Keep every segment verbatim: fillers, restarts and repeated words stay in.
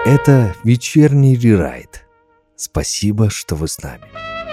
Это вечерний рерайт. Спасибо, что вы с нами.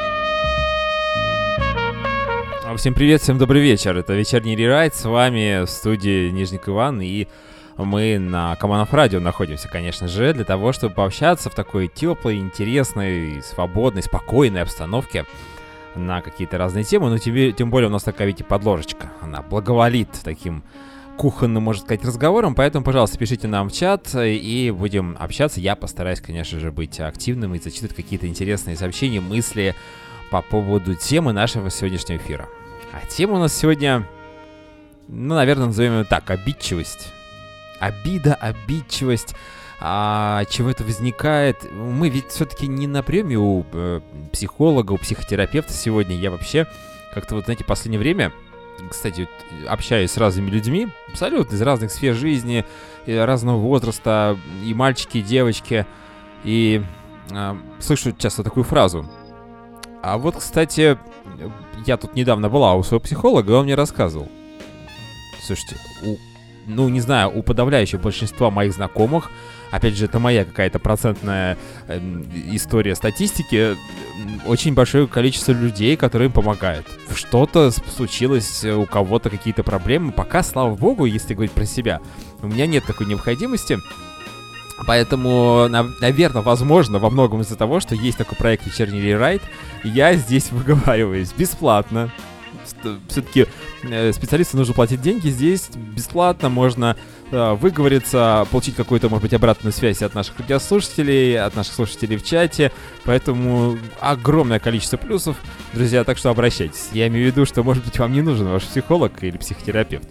Всем привет, всем добрый вечер. Это вечерний рерайт. С вами в студии Нижник Иван. И мы на Команов Радио находимся, конечно же, для того, чтобы пообщаться в такой теплой, интересной, свободной, спокойной обстановке на какие-то разные темы. Но тем, тем более у нас такая, видите, подложечка. Она благоволит таким кухонным, можно сказать, разговором. Поэтому, пожалуйста, пишите нам в чат и будем общаться. Я постараюсь, конечно же, быть активным и зачитывать какие-то интересные сообщения, мысли по поводу темы нашего сегодняшнего эфира. А тема у нас сегодня, ну, наверное, назовем ее так, обидчивость. Обида, обидчивость, а, чего это возникает. Мы ведь все-таки не на приеме у э, психолога, у психотерапевта сегодня. Я вообще как-то вот, знаете, в последнее время, кстати, вот, общаюсь с разными людьми, абсолютно из разных сфер жизни, разного возраста, и мальчики, и девочки, и э, слышу часто такую фразу. А вот, кстати, я тут недавно была у своего психолога, и он мне рассказывал. Слушайте, у, ну, не знаю, у подавляющего большинства моих знакомых, опять же, это моя какая-то процентная э, история статистики, очень большое количество людей, которые им помогают. Что-то случилось, у кого-то какие-то проблемы. Пока, слава богу, если говорить про себя, у меня нет такой необходимости. Поэтому, наверное, возможно, во многом из-за того, что есть такой проект «Вечерний рерайт», я здесь выговариваюсь бесплатно. Все-таки специалисту нужно платить деньги, здесь бесплатно можно выговориться, получить какую-то, может быть, обратную связь от наших радиослушателей, от наших слушателей в чате. Поэтому огромное количество плюсов, друзья, так что обращайтесь. Я имею в виду, что, может быть, вам не нужен ваш психолог или психотерапевт.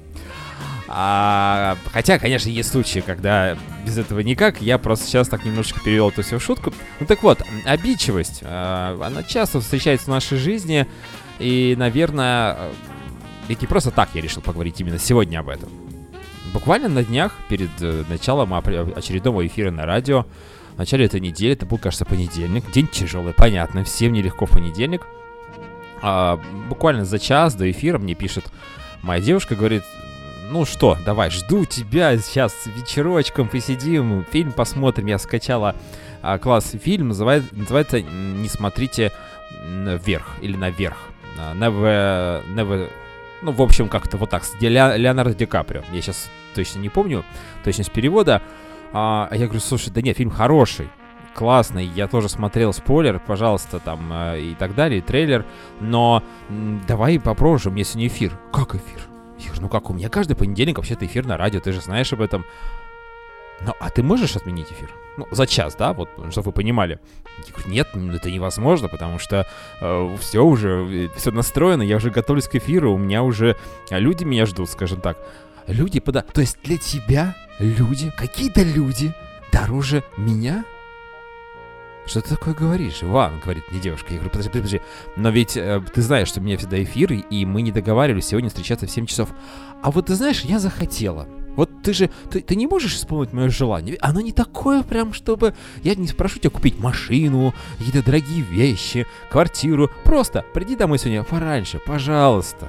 А, хотя, конечно, есть случаи, когда без этого никак. Я просто сейчас так немножечко перевел это все в шутку. Ну так вот, обидчивость, а, она часто встречается в нашей жизни. И, наверное, ведь не просто так я решил поговорить именно сегодня об этом. Буквально на днях, перед началом очередного эфира на радио, в начале этой недели, это был, кажется, понедельник, день тяжелый, понятно, всем нелегко в понедельник. А, буквально за час до эфира мне пишет моя девушка, говорит: ну что, давай, жду тебя, сейчас вечерочком посидим, фильм посмотрим. Я скачала а, класс фильм, называет, называется «Не смотрите вверх» или «Наверх». Never, never, ну, в общем, как-то вот так, с Ле- Леонардо Ди Каприо. Я сейчас точно не помню точность перевода. А я говорю: слушай, да нет, фильм хороший, классный, я тоже смотрел, спойлер, пожалуйста, там, и так далее, и трейлер, но м, давай попробуем, если не эфир. Как эфир? Я говорю: ну как, у меня каждый понедельник вообще-то эфир на радио, ты же знаешь об этом. Ну, а ты можешь отменить эфир? Ну, за час, да, вот, чтобы вы понимали. Я говорю: нет, это невозможно, потому что э, все уже, все настроено, я уже готовлюсь к эфиру, у меня уже люди меня ждут, скажем так. Люди пода... То есть для тебя люди, какие-то люди дороже меня? Что ты такое говоришь, Иван? Говорит мне девушка. Я говорю: подожди, подожди, но ведь э, ты знаешь, что у меня всегда эфир, и мы не договаривались сегодня встречаться в семь часов. А вот ты знаешь, я захотела. Вот ты же, ты, ты не можешь исполнить мое желание? Оно не такое прям, чтобы... Я не спрошу тебя купить машину, какие-то дорогие вещи, квартиру. Просто приди домой сегодня пораньше, пожалуйста.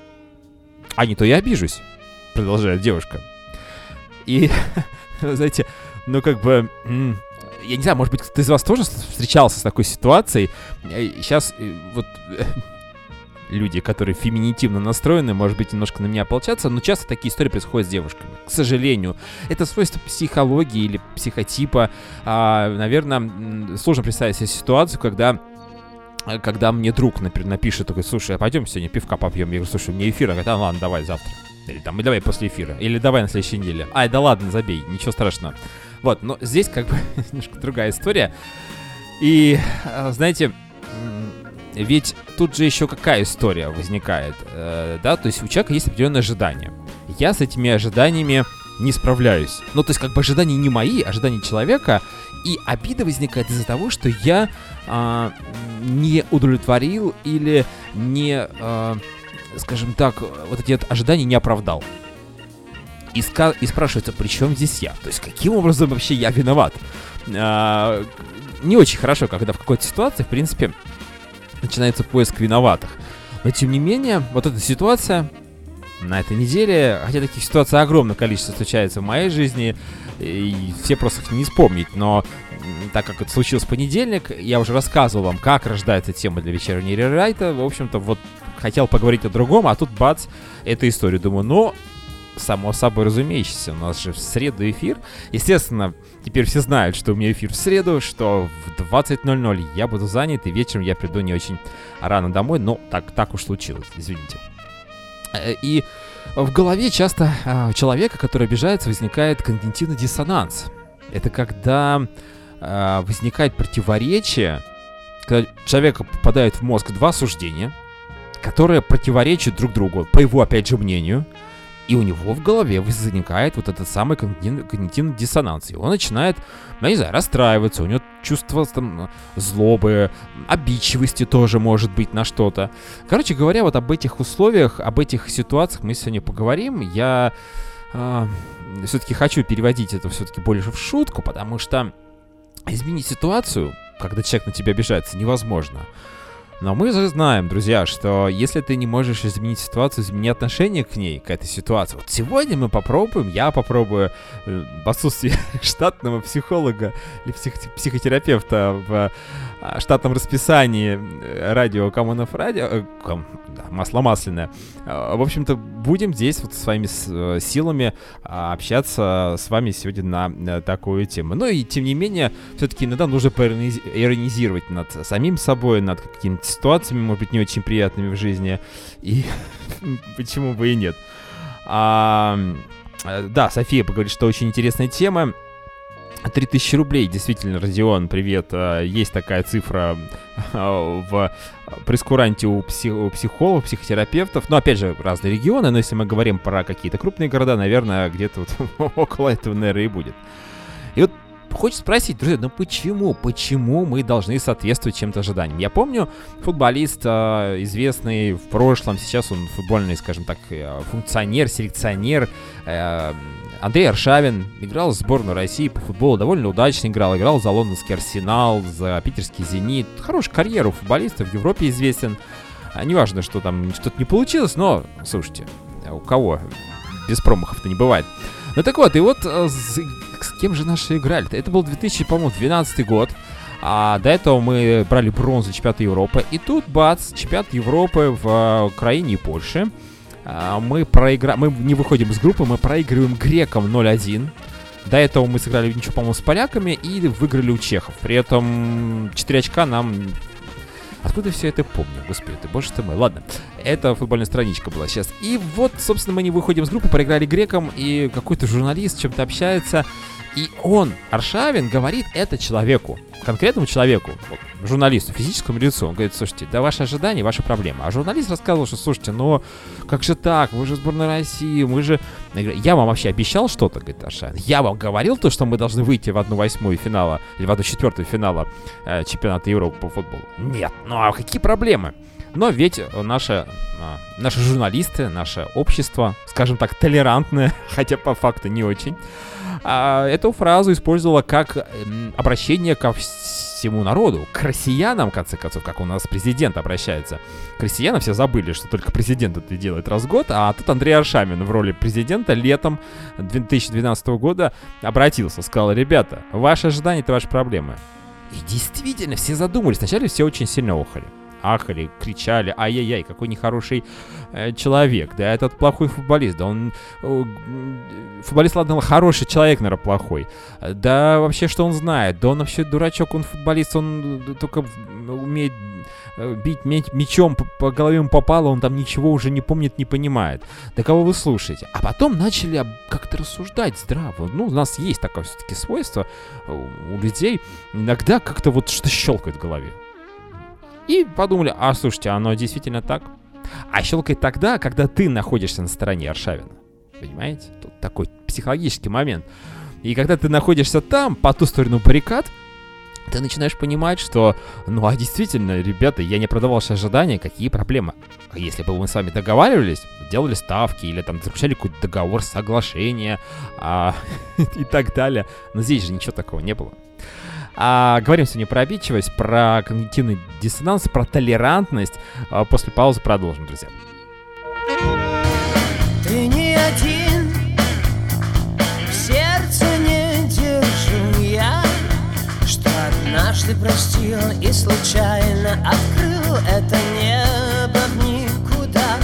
А не то я обижусь, продолжает девушка. И, знаете, ну как бы... Я не знаю, может быть, кто-то из вас тоже встречался с такой ситуацией. Сейчас вот люди, которые феминитивно настроены, может быть, немножко на меня ополчатся, но часто такие истории происходят с девушками. К сожалению. Это свойство психологии или психотипа. А, наверное, сложно представить себе ситуацию, когда... Когда мне друг, например, напишет такой: слушай, а пойдем сегодня пивка попьем. Я говорю: слушай, у меня эфир. Он говорит: а, ладно, давай завтра. Или там, давай после эфира. Или давай на следующей неделе. Ай, да ладно, забей, ничего страшного. Вот, но здесь как бы немножко другая история. И, знаете, ведь тут же еще какая история возникает, э, да? То есть у человека есть определенные ожидания. Я с этими ожиданиями не справляюсь. Ну, то есть как бы ожидания не мои, ожидания человека. И обида возникает из-за того, что я э, не удовлетворил или не, э, скажем так, вот эти вот ожидания не оправдал. И, ска- и спрашивается: при чем здесь я? То есть каким образом вообще я виноват? Э, не очень хорошо, когда в какой-то ситуации, в принципе, начинается поиск виноватых. Но тем не менее, вот эта ситуация на этой неделе, хотя таких ситуаций огромное количество случается в моей жизни, и все просто их не вспомнить, но так как это случилось в понедельник, я уже рассказывал вам, как рождается тема для вечернего рерайта, в общем-то, вот хотел поговорить о другом, а тут бац, эту историю, думаю, ну, само собой разумеющееся, у нас же в среду эфир. Естественно, теперь все знают, что у меня эфир в среду, что в двадцать ноль ноль я буду занят, и вечером я приду не очень рано домой, но так, так уж случилось, извините. И в голове часто у человека, который обижается, возникает когнитивный диссонанс. Это когда э, возникает противоречие, когда человека попадает в мозг два суждения, которые противоречат друг другу, по его, опять же, мнению, и у него в голове возникает вот этот самый когнитивный диссонанс. И он начинает, я не знаю, расстраиваться, у него чувство там, злобы, обидчивости тоже может быть на что-то. Короче говоря, вот об этих условиях, об этих ситуациях мы сегодня поговорим. Я э, все-таки хочу переводить это все-таки больше в шутку, потому что изменить ситуацию, когда человек на тебя обижается, невозможно. Но мы же знаем, друзья, что если ты не можешь изменить ситуацию, измени отношение к ней, к этой ситуации. Вот сегодня мы попробуем, я попробую э, в отсутствии штатного психолога или псих, психотерапевта в э, штатном расписании радио Коммунов радио, э, ком, да, масло масляное. Э, в общем-то, будем здесь вот своими с, силами э, общаться с вами сегодня на, на такую тему. Но и тем не менее, все-таки иногда нужно поиронизировать над самим собой, над какими-то ситуациями, может быть, не очень приятными в жизни, и почему бы и нет. А, да, София говорит, что очень интересная тема. три тысячи рублей, действительно, Родион, привет. Есть такая цифра в прейскуранте у, псих, у психологов, психотерапевтов. Но, опять же, разные регионы, но если мы говорим про какие-то крупные города, наверное, где-то вот около этого, наверное, и будет. И вот хочется спросить, друзья, ну почему, почему мы должны соответствовать чем-то ожиданиям? Я помню, футболист э, известный в прошлом, сейчас он футбольный, скажем так, функционер, селекционер, э, Андрей Аршавин, играл в сборную России по футболу, довольно удачно играл, играл за лондонский Арсенал, за питерский Зенит, хорошая карьера у футболиста, в Европе известен, а, неважно, что там что-то не получилось, но, слушайте, у кого без промахов-то не бывает. Ну так вот, и вот с, с кем же наши играли-то? Это был две тысячи двенадцатый год, а до этого мы брали бронзу чемпионата Европы, и тут, бац, чемпионат Европы в Украине и Польше. А, мы проиграли, мы не выходим из группы, мы проигрываем грекам ноль один. До этого мы сыграли ничего, по-моему, с поляками и выиграли у чехов. При этом четыре очка нам... Откуда я все это помню? Господи, ты боже ты мой. Ладно, это футбольная страничка была сейчас. И вот, собственно, мы не выходим с группы, проиграли грекам, и какой-то журналист с чем-то общается. И он, Аршавин, говорит это человеку, конкретному человеку, вот, журналисту, физическому лицу. Он говорит, слушайте, да ваши ожидания, ваша проблема. А журналист рассказывал, что, слушайте, ну как же так, вы же сборная России, мы же... Я вам вообще обещал что-то, говорит Аршавин. Я вам говорил то, что мы должны выйти в одну восьмую финала, или в одну четвертую финала э, чемпионата Европы по футболу. Нет, ну а какие проблемы? Но ведь наши, наши журналисты, наше общество, скажем так, толерантное, хотя по факту не очень, эту фразу использовала как обращение ко всему народу, к россиянам, в конце концов, как у нас президент обращается. К россиянам все забыли, что только президент это делает раз в год, а тут Андрей Аршавин в роли президента летом две тысячи двенадцатого года обратился, сказал, ребята, ваши ожидания — это ваши проблемы. И действительно, все задумались, вначале все очень сильно охали. Ахали, кричали, ай-яй-яй, какой нехороший э, человек, да этот плохой футболист, да он, э, футболист, ладно, хороший человек, наверное, плохой, да вообще что он знает, да он вообще дурачок, он футболист, он только умеет бить мячом, по голове ему попало, он там ничего уже не помнит, не понимает, да кого вы слушаете? А потом начали как-то рассуждать здраво, ну у нас есть такое все-таки свойство у людей, иногда как-то вот что щелкает в голове. И подумали, а слушайте, оно действительно так? А щелкает тогда, когда ты находишься на стороне Аршавина. Понимаете? Тут такой психологический момент. И когда ты находишься там, по ту сторону баррикад, ты начинаешь понимать, что, ну а действительно, ребята, я не продавал ваши ожидания, какие проблемы? А если бы мы с вами договаривались, делали ставки или там заключали какой-то договор, соглашение а, и так далее. Но здесь же ничего такого не было. А, говорим сегодня про обидчивость, про когнитивный диссонанс, про толерантность. А, после паузы продолжим, друзья. Дважды простил и случайно открыл это небо в никуда.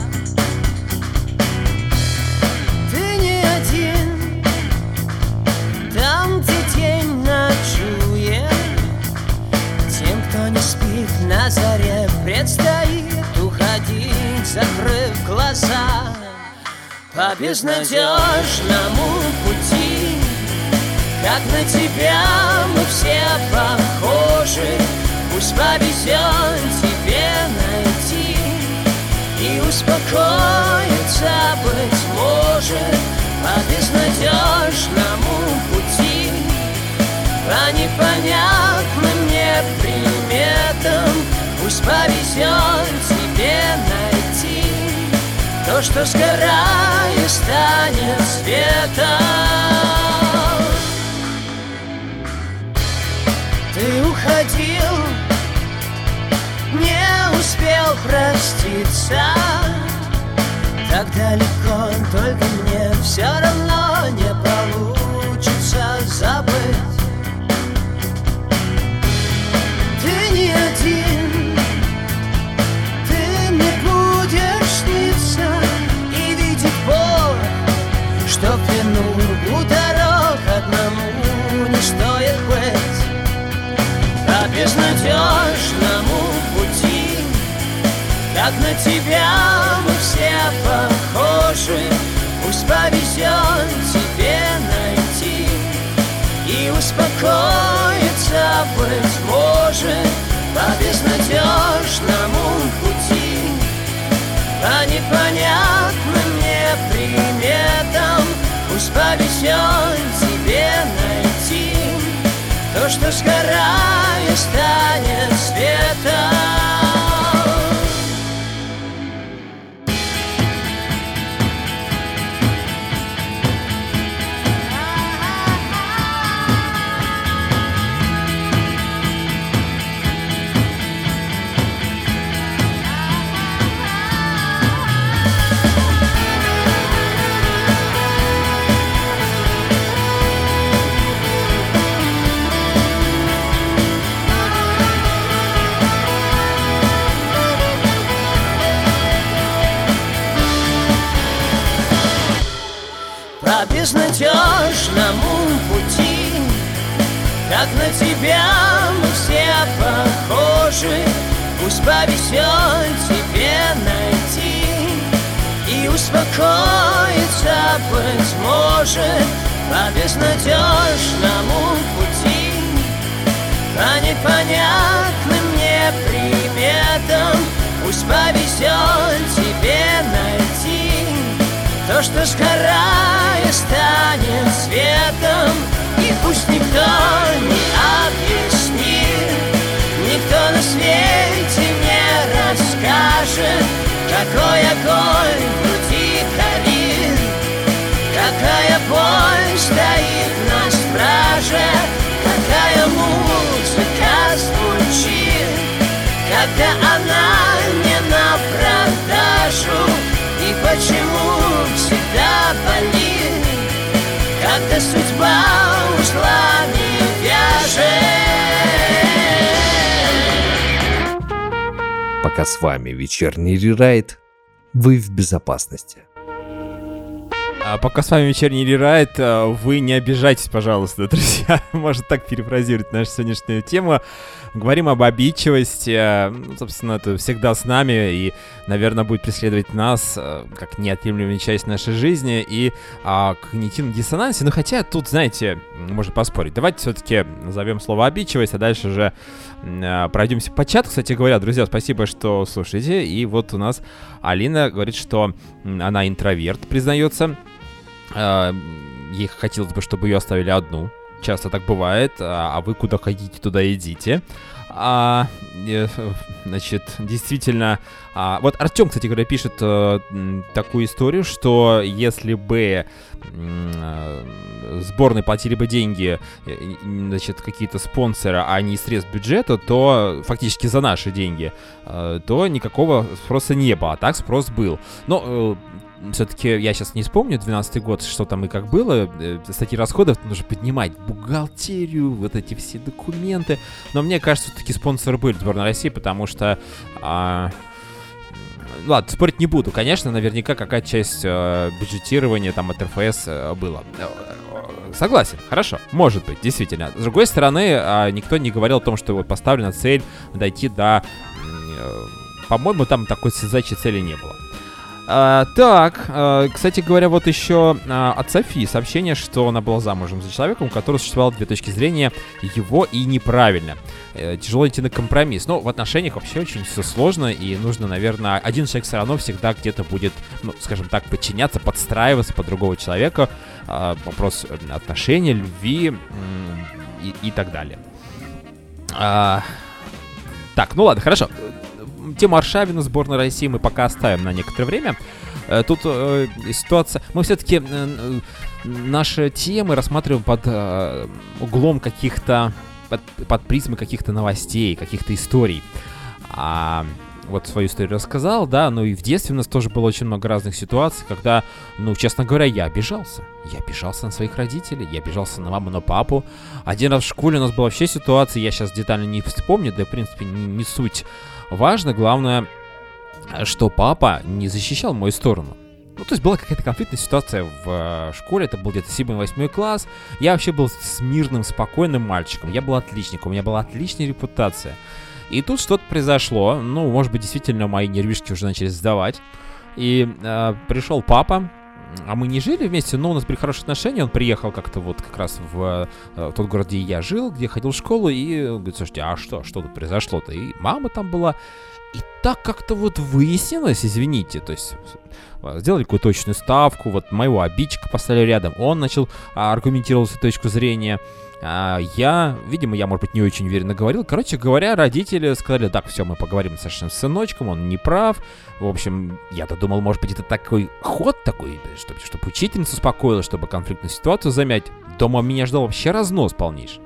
Ты не один, там, где день ночует. Тем, кто не спит на заре, предстоит уходить, закрыв глаза. По безнадежному пути, как на тебя мы все похожи. Пусть повезет тебе найти и успокоиться, быть может. По безнадежному пути, по непонятным мне приметам. Пусть повезет тебе найти то, что сгорая станет светом. Ты уходил, не успел проститься. Так далеко, только мне все равно не получится забыть. Ты не один, ты не будешь сниться и видеть боль, что в плену у дорог одному не стоит быть. По безнадежному пути, как на тебя мы все похожи. Пусть повезет тебе найти и успокоиться, быть может. По безнадежному пути, по непонятным мне приметам. Пусть повезет тебе найти то, что сгорая станет светом. По безнадежному пути, как на тебя мы все похожи. Пусть повезет тебе найти и успокоиться, быть может. По безнадежному пути, по непонятным мне приметам. Пусть повезет тебе найти то, что сгорая станет светом. И пусть никто не объяснит, никто на свете не расскажет, какой огонь в груди горит, какая боль стоит на страже, какая музыка звучит, когда она не на продажу. И почему всегда болит, когда судьба узлами вяжет? Пока с вами вечерний рерайт, вы в безопасности. А пока с вами вечерний рерайт, вы не обижайтесь, пожалуйста, друзья. Можно так перефразировать нашу сегодняшнюю тему. Говорим об обидчивости. Ну, собственно, это всегда с нами и, наверное, будет преследовать нас как неотъемлемая часть нашей жизни и а, когнитивном диссонансе. Но хотя тут, знаете, можно поспорить. Давайте все-таки назовем слово обидчивость, а дальше уже а, пройдемся по чату. Кстати говоря, друзья, спасибо, что слушаете. И вот у нас Алина говорит, что она интроверт, признается. Ей хотелось бы, чтобы ее оставили одну. Часто так бывает. А вы куда хотите, туда идите. А, значит, действительно... А, вот Артем, кстати говоря, пишет а, такую историю, что если бы а, сборной платили бы деньги, значит, какие-то спонсоры, а не средств бюджета, то фактически за наши деньги, а, то никакого спроса не было. А так спрос был. Но... все-таки я сейчас не вспомню, двенадцатый год, что там и как было, статьи расходов, нужно поднимать бухгалтерию, вот эти все документы, но мне кажется, все-таки спонсоры были сборной России, потому что... А... Ладно, спорить не буду. Конечно, наверняка какая-то часть э, бюджетирования там от эр эф эс э, была. Согласен, хорошо, может быть, действительно. С другой стороны, э, никто не говорил о том, что вот поставлена цель дойти до... Э, по-моему, там такой задачи цели не было. А, так, а, кстати говоря, вот еще а, от Софии сообщение, что она была замужем за человеком, у которого существовало две точки зрения его и неправильно. Э, тяжело идти на компромисс. Но в отношениях вообще очень все сложно, и нужно, наверное, один человек все равно всегда где-то будет, ну, скажем так, подчиняться, подстраиваться под другого человека. А, вопрос отношений, любви м- и, и так далее. А, так, ну ладно, хорошо. Тему Аршавина, сборной России мы пока оставим на некоторое время. Тут э, ситуация... Мы все-таки э, наши темы рассматриваем под э, углом каких-то... Под, под призмой каких-то новостей, каких-то историй. А, вот свою историю рассказал, да, ну и в детстве у нас тоже было очень много разных ситуаций, когда, ну, честно говоря, я обижался. Я обижался на своих родителей, я обижался на маму, на папу. Один раз в школе у нас была вообще ситуация, я сейчас детально не вспомню, да, в принципе, не, не суть важно. Главное, что папа не защищал мою сторону. Ну, то есть была какая-то конфликтная ситуация в э, школе, это был где-то седьмой-восьмой класс. Я вообще был смирным, спокойным мальчиком, я был отличником, у меня была отличная репутация. И тут что-то произошло, ну, может быть, действительно мои нервишки уже начали сдавать. И э, пришел папа, а мы не жили вместе, но у нас были хорошие отношения. Он приехал как-то вот как раз в, в тот город, где я жил, где ходил в школу, и говорит: слушайте, а что, что тут произошло-то? И мама там была. И так как-то вот выяснилось, извините, то есть сделали какую-то точную ставку, вот моего обидчика поставили рядом, он начал а, аргументировать свою точку зрения. А, я, видимо, я, может быть, не очень уверенно говорил. Короче говоря, родители сказали: так, все, мы поговорим с нашим сыночком, он не прав. В общем, я-то думал, может быть, это такой ход такой, чтобы, чтобы учительница успокоилась, чтобы конфликтную ситуацию замять. Дома меня ждал вообще разнос полнейший.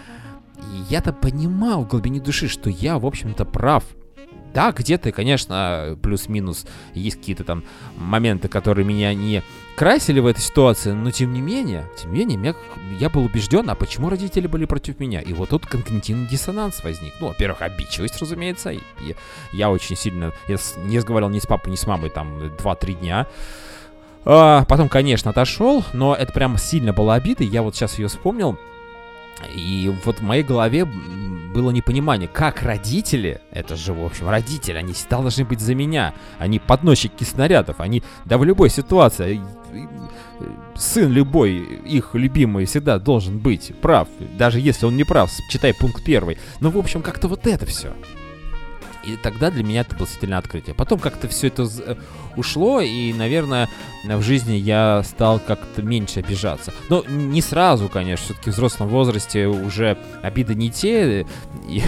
И я-то понимал в глубине души, что я, в общем-то, прав. Да, где-то, конечно, плюс-минус есть какие-то там моменты, которые меня не красили в этой ситуации, но тем не менее, тем не менее, меня, я был убежден, а почему родители были против меня? И вот тут когнитивный диссонанс возник. Ну, во-первых, обидчивость, разумеется. И, и я очень сильно, я не разговаривал ни с папой, ни с мамой там два-три дня. А, потом, конечно, отошел, но это прям сильно была обида, я вот сейчас ее вспомнил. И вот в моей голове было непонимание, как родители, это же, в общем, родители, они всегда должны быть за меня. Они подносчики снарядов, они, да в любой ситуации, сын любой, их любимый, всегда должен быть прав. Даже если он не прав, читай пункт первый. Ну, в общем, как-то вот это все. И тогда для меня это было действительно открытие. Потом как-то все это ушло, и, наверное, в жизни я стал как-то меньше обижаться. Но не сразу, конечно, все-таки в взрослом возрасте уже обиды не те. И...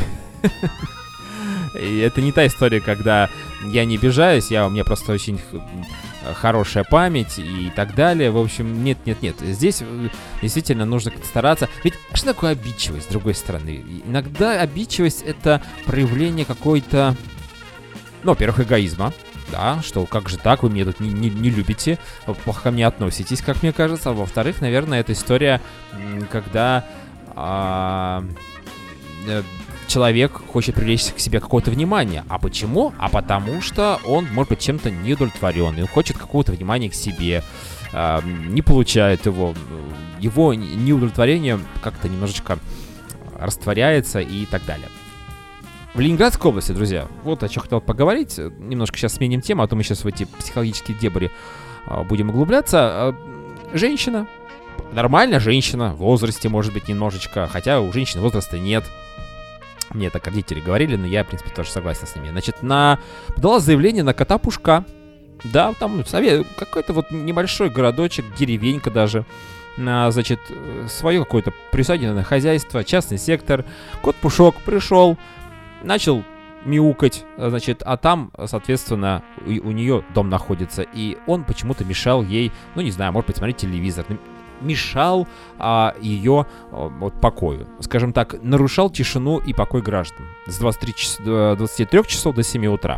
и это не та история, когда я не обижаюсь, я, у меня просто очень хорошая память и так далее. В общем, нет-нет-нет. Здесь действительно нужно стараться. Ведь что такое обидчивость, с другой стороны? Иногда обидчивость — это проявление какой-то, ну, во-первых, эгоизма. Да, что как же так, вы меня тут не, не, не любите, плохо ко мне относитесь, как мне кажется. А во-вторых, наверное, это история, когда а, человек хочет привлечь к себе какое-то внимание. А почему? А потому что он, может быть, чем-то неудовлетворенный. Он хочет какого-то внимания к себе, а, не получает его. Его неудовлетворение как-то немножечко растворяется и так далее. В Ленинградской области, друзья, вот о чем хотел поговорить. Немножко сейчас сменим тему, а то мы сейчас в эти психологические дебри а, будем углубляться. А, женщина, нормальная женщина, в возрасте, может быть, немножечко, хотя у женщин возраста нет. Мне так родители говорили, но я, в принципе, тоже согласен с ними. Значит, на... подала заявление на кота Пушка. Да, там совет... какой-то вот небольшой городочек, деревенька даже. На, значит, свое какое-то присоединенное хозяйство, частный сектор. Кот Пушок пришел, начал мяукать, значит, а там, соответственно, у, у нее дом находится, и он почему-то мешал ей, ну, не знаю, может быть, смотреть телевизор, мешал а, ее а, вот, покою, скажем так, нарушал тишину и покой граждан с двадцати трёх часов до семи утра.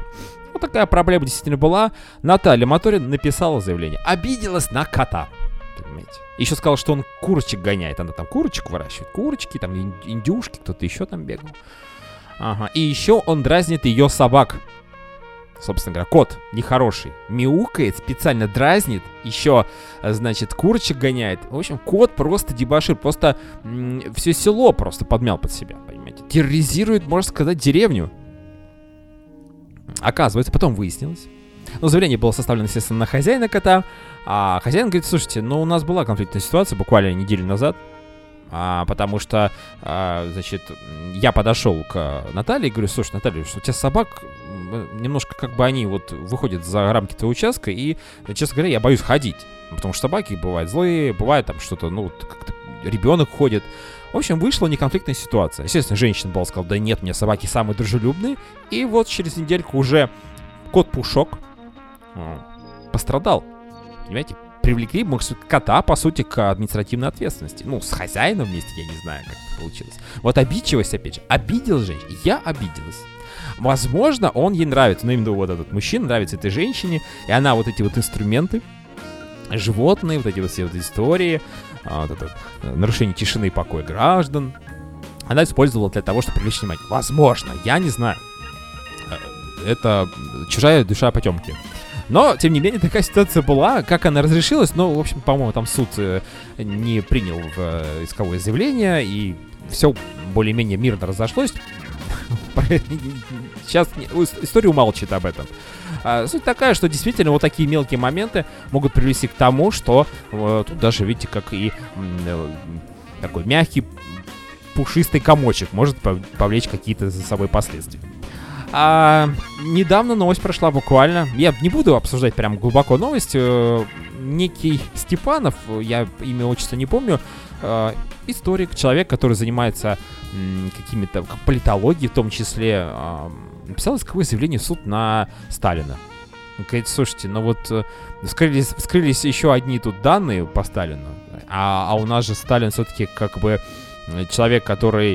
Вот такая проблема действительно была. Наталья Моторина написала заявление. Обиделась на кота. Понимаете? Еще сказала, что он курочек гоняет. Она там курочек выращивает. Курочки, там индюшки, кто-то еще там бегал. Ага. И еще он дразнит ее собак. Собственно говоря, кот нехороший. Мяукает, специально дразнит. Еще, значит, курочек гоняет. В общем, кот просто дебошир. Просто м- все село просто подмял под себя. Понимаете? Терроризирует, можно сказать, деревню. Оказывается, потом выяснилось. Ну, заявление было составлено, естественно, на хозяина кота. А хозяин говорит: слушайте, ну у нас была конфликтная ситуация буквально неделю назад. А, потому что, а, значит, я подошел к Наталье и говорю: слушай, Наталья, что у тебя собак немножко как бы они вот выходят за рамки твоего участка, и, честно говоря, я боюсь ходить. Потому что собаки бывают злые, бывает там что-то, ну, как-то ребенок ходит. В общем, вышла неконфликтная ситуация. Естественно, женщина была, сказала: да нет, у меня собаки самые дружелюбные. И вот через недельку уже кот Пушок пострадал. Понимаете? Привлекли, может, кота, по сути, к административной ответственности. Ну, с хозяином вместе, я не знаю, как это получилось. Вот обидчивость, опять же, обиделась женщина. Я обиделась. Возможно, он ей нравится, но именно вот этот мужчина нравится этой женщине, и она вот эти вот инструменты, животные, вот эти вот все вот истории, вот это, нарушение тишины и покоя граждан, она использовала для того, чтобы привлечь внимание. Возможно, я не знаю. Это чужая душа потемки. Но, тем не менее, такая ситуация была. Как она разрешилась? Ну, в общем, по-моему, там суд не принял в исковое заявление, и все более-менее мирно разошлось. Сейчас история умалчивает об этом. Суть такая, что действительно вот такие мелкие моменты могут привести к тому, что тут даже, видите, как и такой мягкий, пушистый комочек может повлечь какие-то за собой последствия. А, недавно новость прошла буквально. Я не буду обсуждать прям глубоко новость. Некий Степанов, я имя, отчество не помню, э, историк, человек, который занимается м, какими-то как политологией в том числе, э, написал исковое заявление в суд на Сталина. Он говорит: слушайте, ну вот э, вскрылись, вскрылись еще одни тут данные по Сталину, а, а у нас же Сталин все-таки как бы человек, который, э,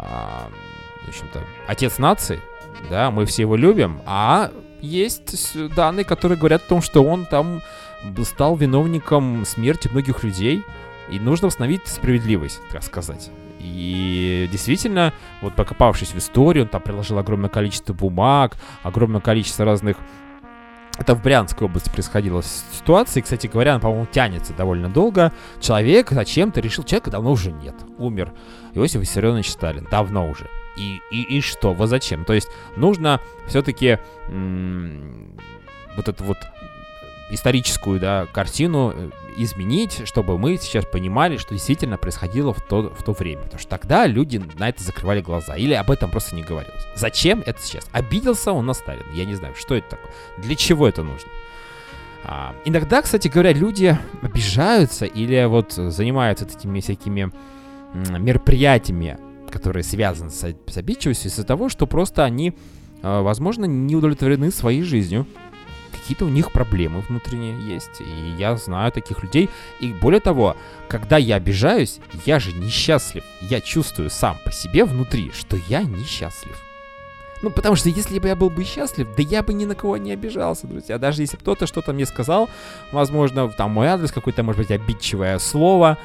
в общем-то, отец нации. Да, мы все его любим, а есть данные, которые говорят о том, что он там стал виновником смерти многих людей, и нужно восстановить справедливость, так сказать. И действительно, вот покопавшись в историю, он там приложил огромное количество бумаг, огромное количество разных... Это в Брянской области происходила ситуация, и, кстати говоря, она, по-моему, тянется довольно долго. Человек зачем-то решил, человека давно уже нет, умер. Иосиф Виссарионович Сталин, давно уже. И, и, и что? Вот зачем? То есть нужно все-таки м- вот эту вот историческую, да, картину изменить, чтобы мы сейчас понимали, что действительно происходило в то, в то время. Потому что тогда люди на это закрывали глаза. Или об этом просто не говорилось. Зачем это сейчас? Обиделся он на Сталина. Я не знаю, что это такое. Для чего это нужно? А, иногда, кстати говоря, люди обижаются или вот занимаются этими всякими м- мероприятиями, которые связаны с, с обидчивостью, из-за того, что просто они, э, возможно, не удовлетворены своей жизнью. Какие-то у них проблемы внутренние есть. И я знаю таких людей. И более того, когда я обижаюсь, я же несчастлив. Я чувствую сам по себе внутри, что я несчастлив. Ну, потому что если бы я был бы счастлив, да я бы ни на кого не обижался, друзья. Даже если кто-то что-то мне сказал, возможно, там мой адрес, какое-то, может быть, обидчивое слово,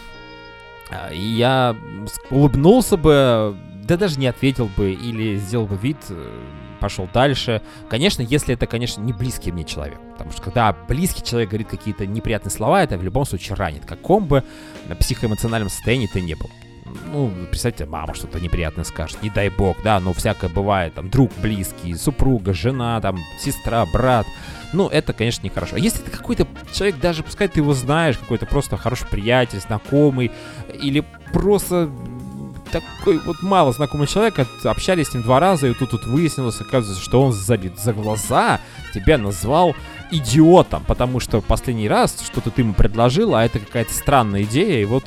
и я улыбнулся бы, да даже не ответил бы или сделал бы вид, пошел дальше. Конечно, если это, конечно, не близкий мне человек. Потому что когда близкий человек говорит какие-то неприятные слова, это в любом случае ранит. Каком бы на психоэмоциональном состоянии ты не был. Ну, представьте, мама что-то неприятное скажет, не дай бог, да, ну, всякое бывает, там, друг близкий, супруга, жена, там, сестра, брат. Ну, это, конечно, нехорошо. А если это какой-то человек, даже пускай ты его знаешь, какой-то просто хороший приятель, знакомый, или просто такой вот мало знакомый человек, общались с ним два раза, и тут тут выяснилось, оказывается, что он за, за глаза тебя назвал идиотом, потому что последний раз что-то ты ему предложил, а это какая-то странная идея, и вот...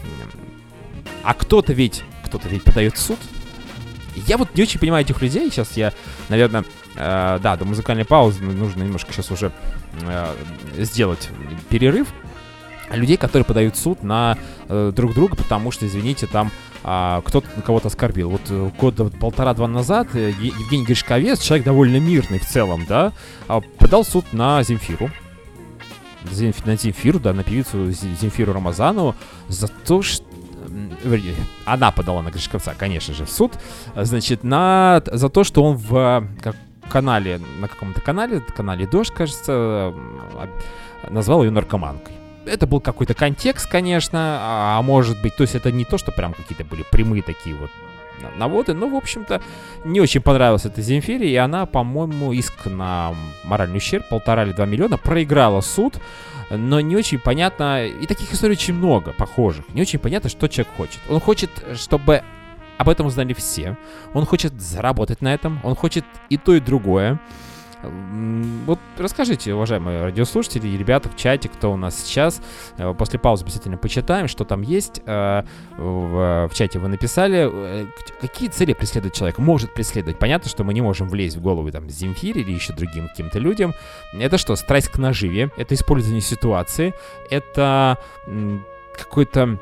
А кто-то ведь, кто-то ведь подает в суд. Я вот не очень понимаю этих людей. Сейчас я, наверное, э, да, до музыкальной паузы нужно немножко сейчас уже э, сделать перерыв. людей, которые подают в суд на э, друг друга, потому что, извините, там э, кто-то кого-то оскорбил. Вот э, года полтора-два назад э, Евгений Гришковец, человек довольно мирный в целом, да, э, подал в суд на Земфиру. На Земфиру, да, на певицу Земфиру Рамазанову за то, что она подала на Гришковца, конечно же, в суд, значит, на, за то, что он в как, канале, на каком-то канале, канале «Дождь», кажется, назвал ее наркоманкой. Это был какой-то контекст, конечно, а, а может быть, то есть это не то, что прям какие-то были прямые такие вот наводы, но, в общем-то, не очень понравилось это Земфире, и она, по-моему, иск на моральный ущерб, полтора или два миллиона, проиграла суд, но не очень понятно, и таких историй очень много, похожих, не очень понятно, что человек хочет. Он хочет, чтобы об этом узнали все, он хочет заработать на этом, он хочет и то, и другое. Вот расскажите, уважаемые радиослушатели и ребята в чате, кто у нас сейчас. После паузы обязательно почитаем, что там есть. В, в чате вы написали, какие цели преследует человек, может преследовать. Понятно, что мы не можем влезть в голову там Земфире или еще другим каким-то людям. Это что? Страсть к наживе, это использование ситуации, это какой-то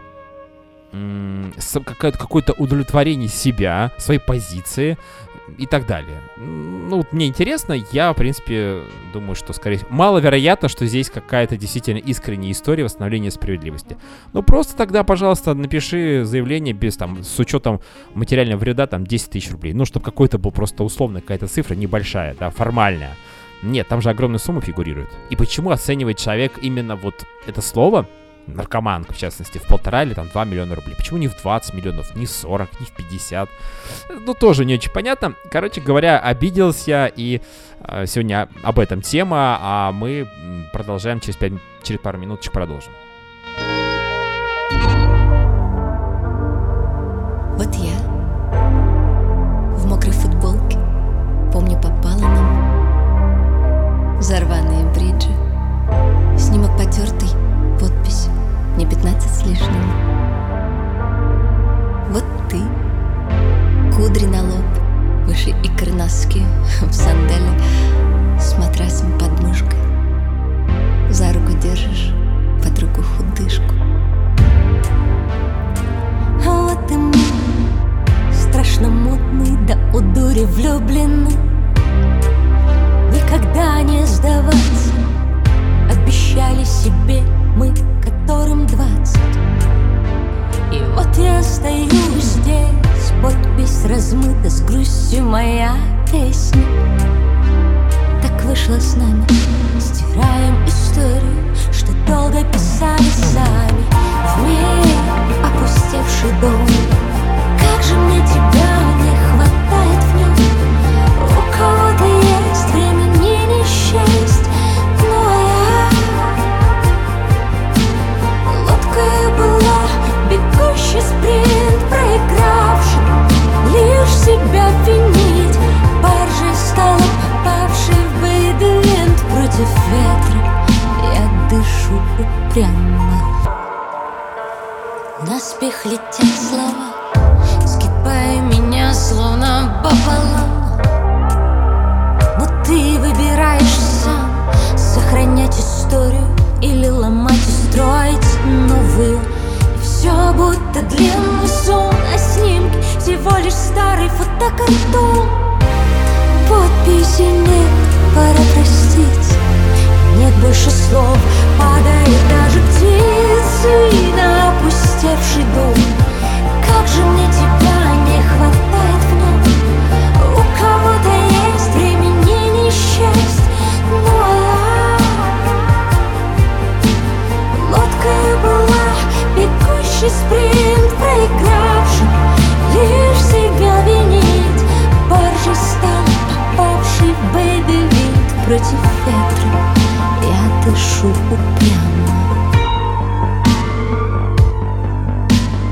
какое-то удовлетворение себя, своей позиции и так далее. Ну, вот мне интересно, я, в принципе, думаю, что, скорее всего, маловероятно, что здесь какая-то действительно искренняя история восстановления справедливости. Ну, просто тогда, пожалуйста, напиши заявление без, там, с учетом материального вреда, там, десять тысяч рублей. Ну, чтобы какой-то был просто условная какая-то цифра, небольшая, да, формальная. Нет, там же огромная сумма фигурирует. И почему оценивает человек именно вот это слово, наркоманка, в частности, в полтора или там два миллиона рублей? Почему не в двадцать миллионов, не в сорок, не в пятьдесят? Ну, тоже не очень понятно. Короче говоря, обиделся, и э, сегодня об этом тема, а мы продолжаем через, пять, через пару минуточек продолжим. Вот я в мокрой футболке, помню, попала нам взорванные бриджи, снимок потертый, подпись «Мне пятнадцать с лишним». Вот ты, кудри на лоб, выше икр носки, в сандале с матрасом под мышкой. За руку держишь под руку худышку. А вот и мы, страшно модный, да у дури влюблены. Никогда не сдаваться обещали себе мы, которым двадцать. И вот я стою здесь, подпись размыта, с грустью моя песня. Так вышло с нами, стираем историю, что долго писали сами. В мире опустевший дом, как же мне тебя не хватает в нем. У кого-то есть времени не счесть, но я лодкой была, бегущий спринт, проигравший, лишь себя винить. Баржей стала, попавшей в бейдвинт. Против ветра я дышу упрямо. Наспех летят слова, скипая меня словно пополам. Но ты выбираешь сам, сохранять историю или ломать и строить новую. И все будто длинный сон, а снимки всего лишь старый фотокартон. Подписи нет, пора простить, нет больше слов, падает даже птицы на опустевший дом. Как же мне тебя не хватает в нем. У кого-то есть времени не счесть, но я лодкой была, бегущий спринт, проигравший, лишь себя винить. Баржей стал, попавший в бейби-винт. Против ветра я дышу упрямо.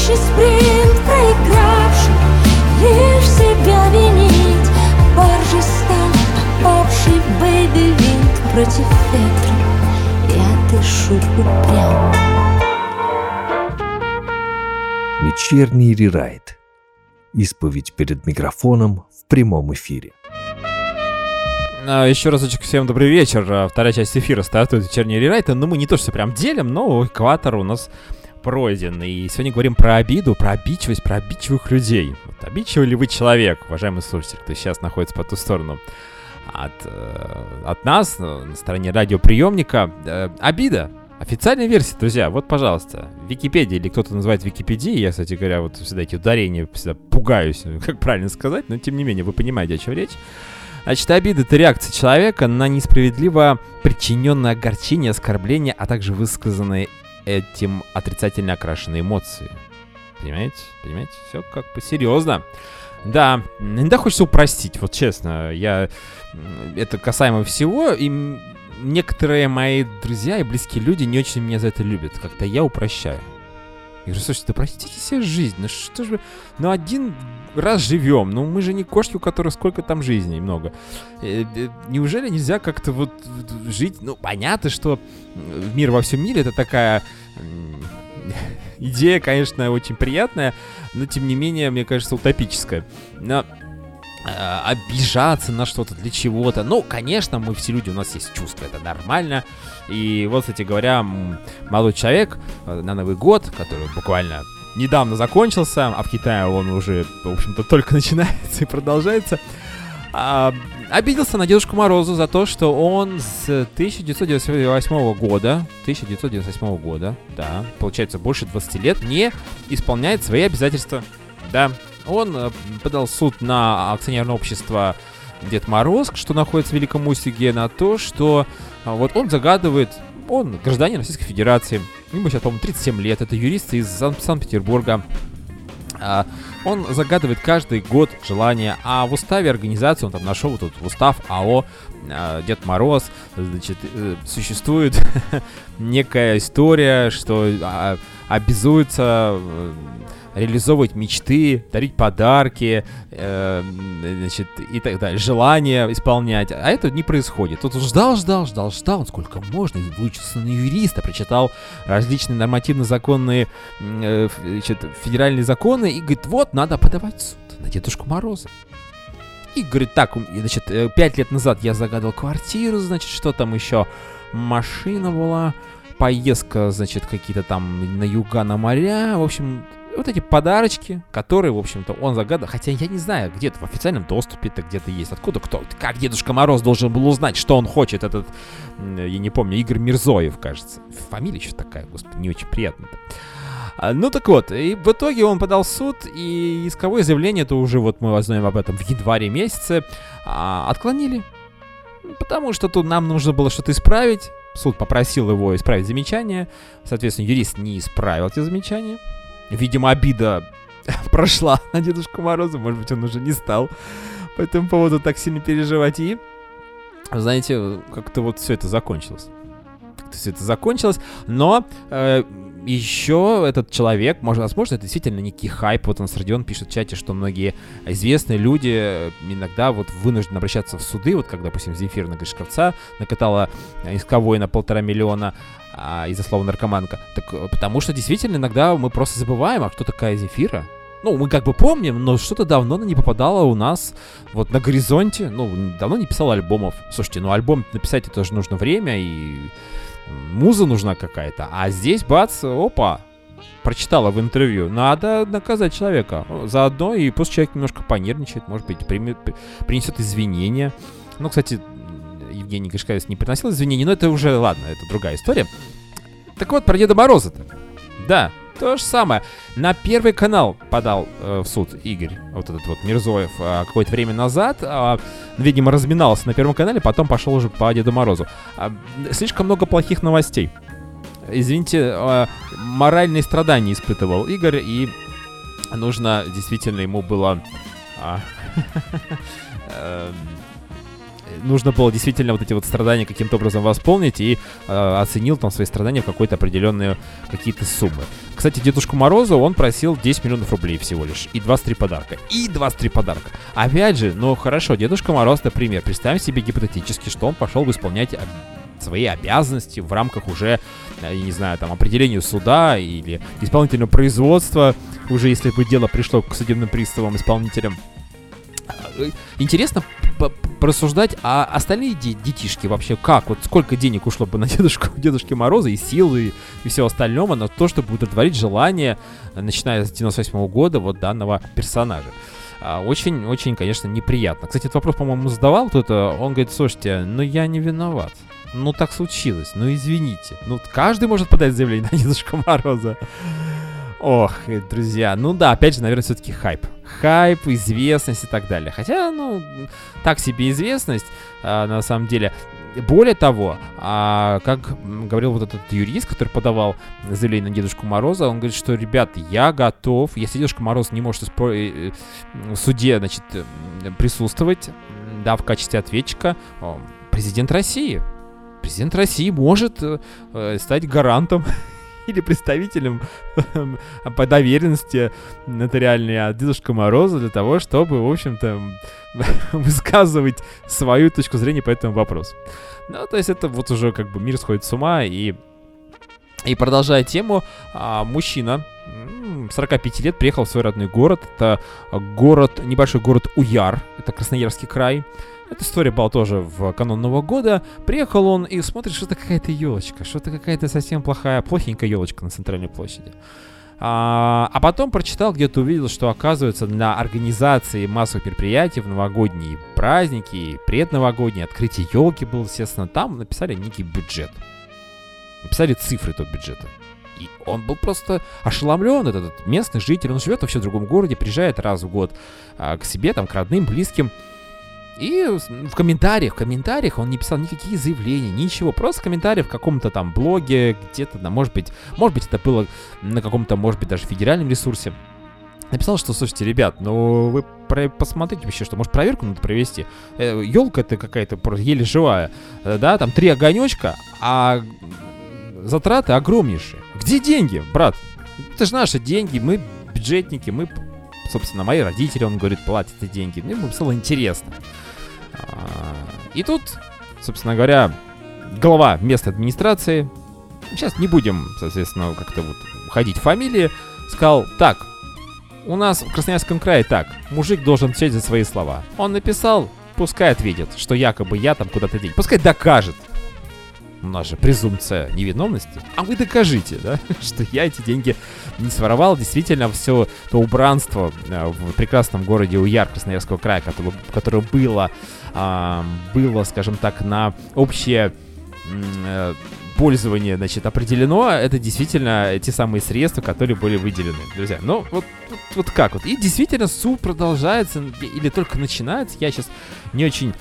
Бегущий спринт проигравший, лишь себя винить. Баржей стал попавший бэйби-винт против ветра. Я дышу упрямо. Вечерний рерайт. Исповедь перед микрофоном в прямом эфире. Еще разочек всем добрый вечер. Вторая часть эфира стартует вечерний рерайт. Но мы не то что прям делим, но экватор у нас пройден. И сегодня говорим про обиду, про обидчивость, про обидчивых людей. Вот, обидчивый ли вы человек, уважаемый слушатель, кто сейчас находится по ту сторону от, э, от нас, на стороне радиоприемника? Э, обида. Официальная версия, друзья, вот, пожалуйста, Википедия, или кто-то называет Википедией, я, кстати говоря, вот всегда эти ударения, всегда пугаюсь, как правильно сказать, но тем не менее, вы понимаете, о чем речь. Значит, обида — это реакция человека на несправедливо причиненное огорчение, оскорбление, а также высказанные этим отрицательно окрашенные эмоции. Понимаете? Понимаете? Все как бы серьезно. Да, иногда хочется упростить, вот честно, я... Это касаемо всего, и... Некоторые мои друзья и близкие люди не очень меня за это любят. Как-то я упрощаю. Я говорю, слушайте, да простите себе жизнь. Ну что же вы... Ну один раз живем. Ну мы же не кошки, у которых сколько там жизней много. Э, э, неужели нельзя как-то вот жить... Ну понятно, что мир во всем мире — это такая... Э, идея, конечно, очень приятная, но тем не менее, мне кажется, утопическая. Но... обижаться на что-то, для чего-то. Ну, конечно, мы все люди, у нас есть чувства, это нормально. И вот, кстати говоря, молодой человек на Новый год, который буквально недавно закончился, а в Китае он уже, в общем-то, только начинается и продолжается, а, обиделся на Дедушку Морозу за то, что он с тысяча девятьсот девяносто восьмого года, тысяча девятьсот девяносто восьмого года, да, получается, больше двадцати лет, не исполняет свои обязательства. Да, он э, подал в суд на акционерное общество Дед Мороз, что находится в Великом Устюге, на то, что э, вот он загадывает, он гражданин Российской Федерации, ему сейчас, по-моему, тридцать семь лет, это юрист из Сан- Санкт-Петербурга. Э, он загадывает каждый год желание, а в уставе организации, он там нашел вот тут устав АО э, Дед Мороз, значит, э, существует некая история, что э, обязуется... Э, реализовывать мечты, дарить подарки, э, значит, и так далее, желания исполнять. А это не происходит. Тут он ждал, ждал, ждал, ждал, сколько можно, выучился на юриста, прочитал различные нормативно-законные, э, значит, федеральные законы и говорит, вот, надо подавать в суд на Дедушку Мороза. И говорит, так, значит, пять лет назад я загадал квартиру, значит, что там еще, машина была, поездка, значит, какие-то там на юга, на моря, в общем... Вот эти подарочки, которые, в общем-то, он загадал. Хотя я не знаю, где-то в официальном доступе это где-то есть. Откуда кто? Как Дедушка Мороз должен был узнать, что он хочет? Этот, я не помню, Игорь Мирзоев, кажется. Фамилия еще такая, господи, не очень приятная-то. А, ну так вот, и в итоге он подал в суд, и исковое заявление, это уже вот мы узнаем об этом в январе месяце, а, отклонили. Потому что тут нам нужно было что-то исправить. Суд попросил его исправить замечания. Соответственно, юрист не исправил эти замечания. Видимо, обида прошла на Дедушку Мороза, может быть, он уже не стал по этому поводу так сильно переживать. И, знаете, как-то вот все это закончилось. Как-то все это закончилось, но э, еще этот человек, может, возможно, это действительно некий хайп. Вот он с Родион пишет в чате, что многие известные люди иногда вот вынуждены обращаться в суды. Вот как, допустим, Земфира Гришковца накатала исковой на полтора миллиона а, из-за слова наркоманка. Так потому что действительно иногда мы просто забываем, а кто такая Земфира? Ну, мы как бы помним, но что-то давно она не попадала у нас вот на горизонте. Ну, давно не писала альбомов. Слушайте, ну альбом написать это тоже нужно время, и муза нужна какая-то. А здесь, бац, опа, прочитала в интервью. Надо наказать человека. Заодно и пусть человек немножко понервничает, может быть, примет, принесет извинения. Ну, кстати, Евгений Гришковец не приносил извинений, но это уже, ладно, это другая история. Так вот, про Деда Мороза-то. Да. То же самое. На Первый канал подал э, в суд Игорь, вот этот вот Мирзоев, э, какое-то время назад. Э, видимо, разминался на Первом канале, потом пошел уже по Деду Морозу. Э, слишком много плохих новостей. Извините, э, моральные страдания испытывал Игорь, и нужно действительно ему было... Э, э, нужно было действительно вот эти вот страдания каким-то образом восполнить, и э, оценил там свои страдания в какой-то определенные какие-то суммы. Кстати, Дедушку Морозу он просил десять миллионов рублей всего лишь, и двадцать три подарка. И двадцать три подарка. Опять же, ну хорошо, Дедушка Мороз, например, представим себе гипотетически, что он пошел бы исполнять свои обязанности в рамках уже, я не знаю, там, определения суда или исполнительного производства, уже если бы дело пришло к судебным приставам, исполнителям. Интересно порассуждать, а остальные де- детишки вообще как? Вот сколько денег ушло бы на дедушку, Дедушки Мороза и силы, и, и все остальное, на то, чтобы удовлетворить желание, начиная с девяносто восьмого года, вот данного персонажа. Очень-очень, конечно, неприятно. Кстати, этот вопрос, по-моему, задавал кто-то. Он говорит, слушайте, ну я не виноват. Ну так случилось, ну извините. Ну каждый может подать заявление на Дедушку Мороза. Ох, друзья, ну да, опять же, наверное, все-таки хайп. Хайп, известность и так далее. Хотя, ну, так себе известность, а, на самом деле. Более того, а, как говорил вот этот юрист, который подавал заявление на Дедушку Мороза, он говорит, что, ребят, я готов, если Дедушка Мороз не может испро- в суде, значит, присутствовать, да, в качестве ответчика, президент России. Президент России может э, стать гарантом или представителем по доверенности нотариальной от Дедушки Мороза для того, чтобы, в общем-то, высказывать свою точку зрения по этому вопросу. Ну, то есть это вот уже как бы мир сходит с ума. И, и продолжая тему, а, мужчина сорок пять лет приехал в свой родной город. Это город, небольшой город Уяр, это Красноярский край. Эта история была тоже в канун Нового года. Приехал он и смотрит, что-то какая-то елочка, что-то какая-то совсем плохая, плохенькая елочка на центральной площади. А, а потом прочитал, где-то увидел, что, оказывается, на организации массовых мероприятий в новогодние праздники и предновогодние, открытие елки было, естественно, там написали некий бюджет. Написали цифры этого бюджета. И он был просто ошеломлен, этот, этот местный житель. Он живет вообще в другом городе, приезжает раз в год а, к себе, там, к родным, близким. И в комментариях, в комментариях он не писал никакие заявления, ничего. Просто комментарии в каком-то там блоге, где-то, да, может быть, может быть, это было на каком-то, может быть, даже федеральном ресурсе. Написал, что, слушайте, ребят, ну вы про- посмотрите вообще, что, может, проверку надо провести. Э, елка это какая-то еле живая, э, да, там три огонечка, а затраты огромнейшие. Где деньги, брат? Это же наши деньги, мы бюджетники, мы, собственно, мои родители, он говорит, платят эти деньги. Мне было стало интересно. И тут, собственно говоря, глава местной администрации, сейчас не будем, соответственно, как-то вот уходить в фамилии, сказал, так, у нас в Красноярском крае так, мужик должен отвечать за свои слова. Он написал, пускай ответит, что якобы я там куда-то деньги, пускай докажет. У нас же презумпция невиновности. А вы докажите, да, что я эти деньги не своровал. Действительно, все то убранство в прекрасном городе Уяр Красноярского края, которое, которое было, а, было, скажем так, на общее м, пользование, значит, определено, это действительно те самые средства, которые были выделены, друзья. Ну, вот, вот, вот как вот. И действительно, суд продолжается или только начинается. Я сейчас не очень...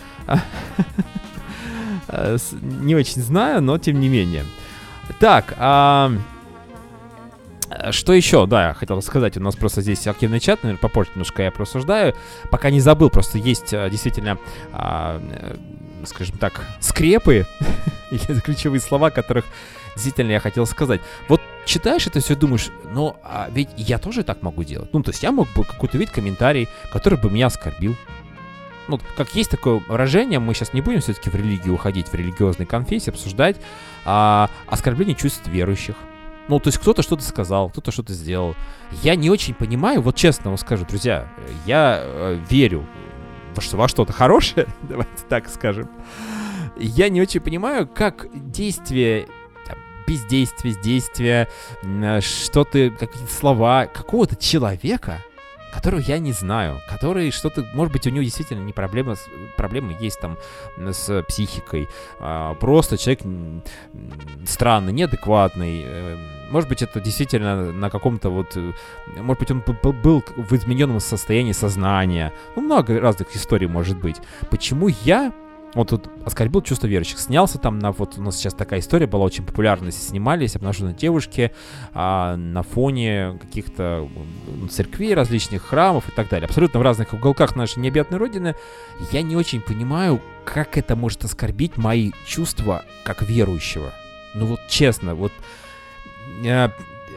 Не очень знаю, но тем не менее. Так, а... что еще? Да, я хотел сказать, у нас просто здесь активный чат, наверное, попозже немножко я просуждаю. Пока не забыл, просто есть действительно, а, скажем так, скрепы, или ключевые слова, которых действительно я хотел сказать. Вот читаешь это все, думаешь, ну, а ведь я тоже так могу делать. Ну, то есть я мог бы какой-то видеть комментарий, который бы меня оскорбил. Ну, как есть такое выражение, мы сейчас не будем все-таки в религию уходить, в религиозные конфессии, обсуждать а, оскорбление чувств верующих. Ну, то есть кто-то что-то сказал, кто-то что-то сделал. Я не очень понимаю, вот честно вам скажу, друзья, я э, верю во, что, во что-то хорошее, давайте так скажем. Я не очень понимаю, как действие, там, бездействие, действие, что-то, какие-то слова какого-то человека, которого я не знаю, который что-то, может быть, у него действительно не проблема, проблемы есть там с психикой, а, просто человек странный, неадекватный, может быть, это действительно на каком-то вот, может быть, он был в измененном состоянии сознания, ну, много разных историй может быть. Почему я Он тут оскорбил чувство верующих. Снялся там на... Вот у нас сейчас такая история была очень популярна. Снимались обнаженные девушки а, на фоне каких-то церквей, различных храмов и так далее. Абсолютно в разных уголках нашей необъятной родины. Я не очень понимаю, как это может оскорбить мои чувства как верующего. Ну вот честно, вот... Я,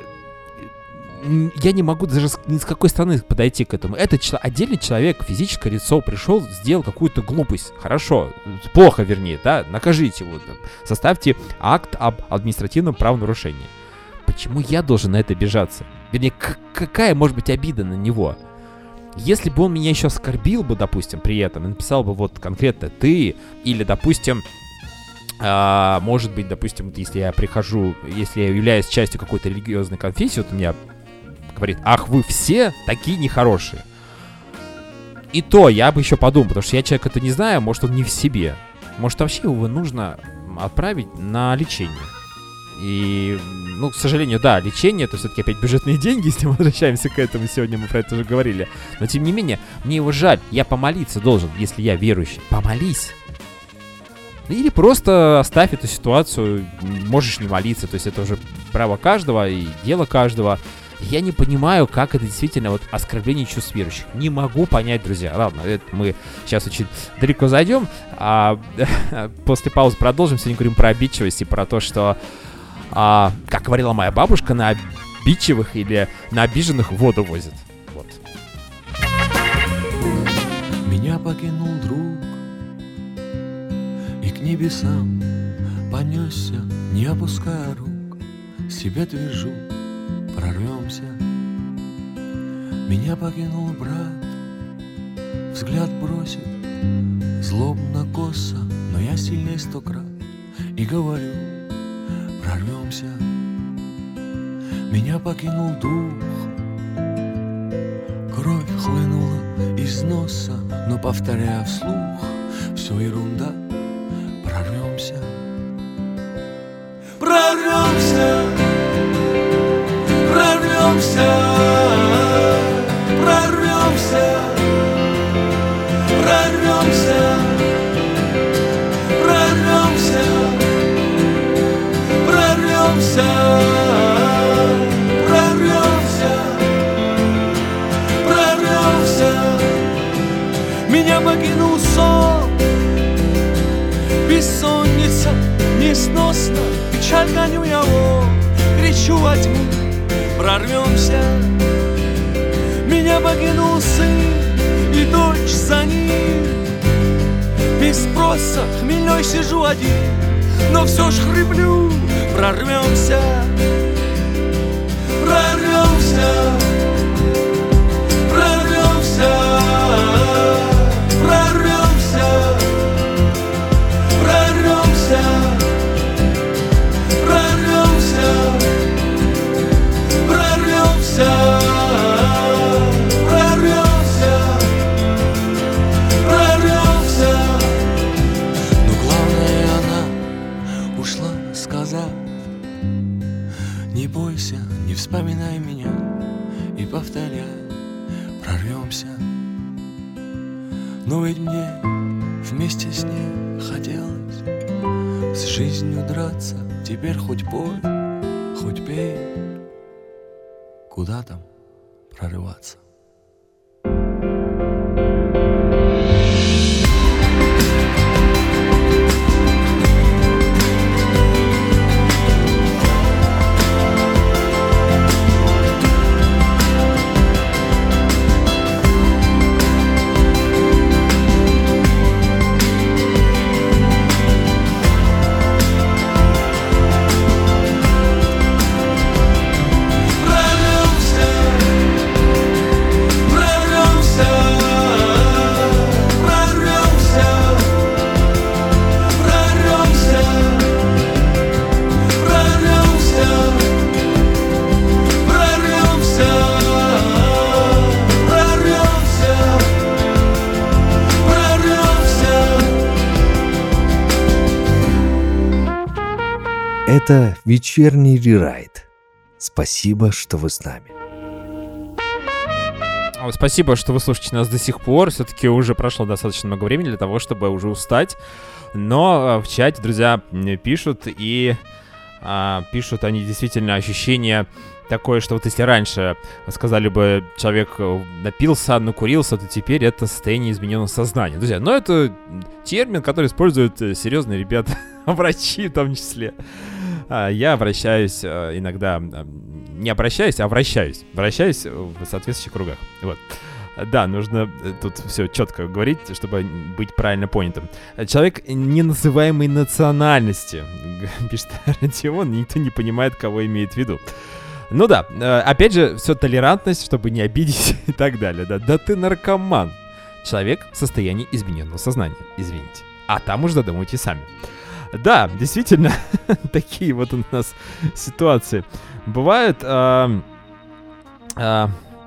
я не могу даже ни с какой стороны подойти к этому. Это чел- отдельный человек, физическое лицо, пришел, сделал какую-то глупость. Хорошо, плохо вернее, да, накажите его, да, составьте акт об административном правонарушении. Почему я должен на это обижаться? Вернее, к- какая может быть обида на него? Если бы он меня еще оскорбил бы, допустим, при этом, и написал бы вот конкретно ты, или, допустим, а, может быть, допустим, если я прихожу, если я являюсь частью какой-то религиозной конфессии, вот у меня говорит, ах, вы все такие нехорошие. И то я бы еще подумал, потому что я человек это не знаю, может, он не в себе. Может, вообще его нужно отправить на лечение. И, ну, к сожалению, да, лечение — это все-таки опять бюджетные деньги, если мы возвращаемся к этому, сегодня мы про это уже говорили. Но, тем не менее, мне его жаль, я помолиться должен, если я верующий. Помолись. Или просто оставь эту ситуацию, можешь не молиться, то есть это уже право каждого и дело каждого. Я не понимаю, как это действительно вот оскорбление чувств верующих. Не могу понять, друзья. Ладно, это мы сейчас очень далеко зайдем, а после паузы продолжим. Сегодня говорим про обидчивость и про то, что, а, как говорила моя бабушка, на обидчивых или на обиженных воду возят. Вот. Меня покинул друг и к небесам понесся, не опуская рук, себе твержу, прорвемся. Меня покинул брат, взгляд бросит злобно косо, но я сильней сто крат и говорю, прорвемся. Меня покинул дух, кровь хлынула из носа, но повторяя вслух, все ерунда, прорвемся. Прорвемся, прорвемся, прорвемся, прорвемся, прорвемся, прорвемся, прорвемся, прорвемся. Меня покинул сон, бессонница несносно, печаль гоню я вон, кричу во тьму, прорвемся. Меня покинул сын и дочь за ним, без спроса хмельной сижу один, но все ж хриплю, прорвемся, прорвемся, прорвемся, прорвемся, прорвемся, прорвемся, прорвемся, прорвемся, прорвемся. Но главное, она ушла, сказав, не бойся, не вспоминай меня, и повторяй, прорвемся. Но ведь мне вместе с ней хотелось с жизнью драться. Теперь хоть пой, хоть пей, куда там прорываться? Это вечерний рерайт. Спасибо, что вы с нами. Спасибо, что вы слушаете нас до сих пор. Все-таки уже прошло достаточно много времени для того, чтобы уже устать. Но в чате, друзья, пишут, и а, пишут они действительно ощущение такое, что вот если раньше сказали бы, человек напился, накурился, то теперь это состояние измененного сознания. Друзья, но это термин, который используют серьезные ребята, врачи в том числе. Я обращаюсь иногда, не обращаюсь, а вращаюсь. Вращаюсь в соответствующих кругах. Вот. Да, нужно тут все четко говорить, чтобы быть правильно понятым. Человек неназываемой национальности, пишет Родион, никто не понимает, кого имеет в виду. Ну да, опять же, все толерантность, чтобы не обидеть и так далее. Да, да ты наркоман. Человек в состоянии измененного сознания, извините. А там уж додумайте сами. Да, действительно, такие вот у нас ситуации бывают. А, а,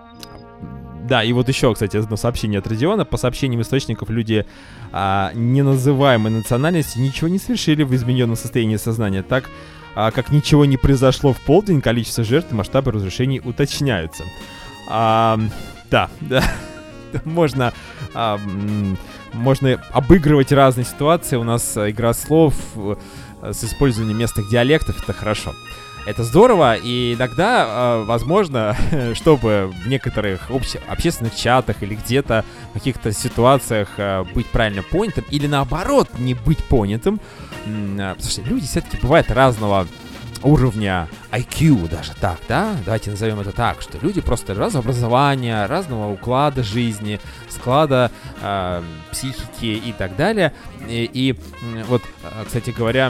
да, и вот еще, кстати, одно сообщение от Родиона. По сообщениям источников, люди а, неназываемой национальности ничего не совершили в измененном состоянии сознания. Так а, как ничего не произошло в полдень, количество жертв и масштабы разрушений уточняются. А, да, да. Можно, а, можно обыгрывать разные ситуации. У нас игра слов с использованием местных диалектов. Это хорошо. Это здорово. И иногда, а, возможно, чтобы в некоторых обще- общественных чатах или где-то в каких-то ситуациях а, быть правильно понятым, или наоборот, не быть понятым. М- слушайте, люди все-таки бывают разного уровня ай кью даже так, да? Давайте назовем это так, что люди просто разного образования, разного уклада жизни, склада э, психики и так далее. И, и вот, кстати говоря,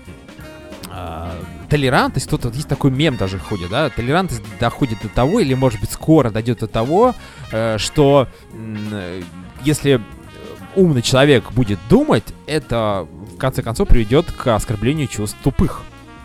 э, толерантность, тут вот есть такой мем даже ходит, да? Толерантность доходит до того, или может быть скоро дойдет до того, э, что э, если умный человек будет думать, это в конце концов приведет к оскорблению чувств тупых.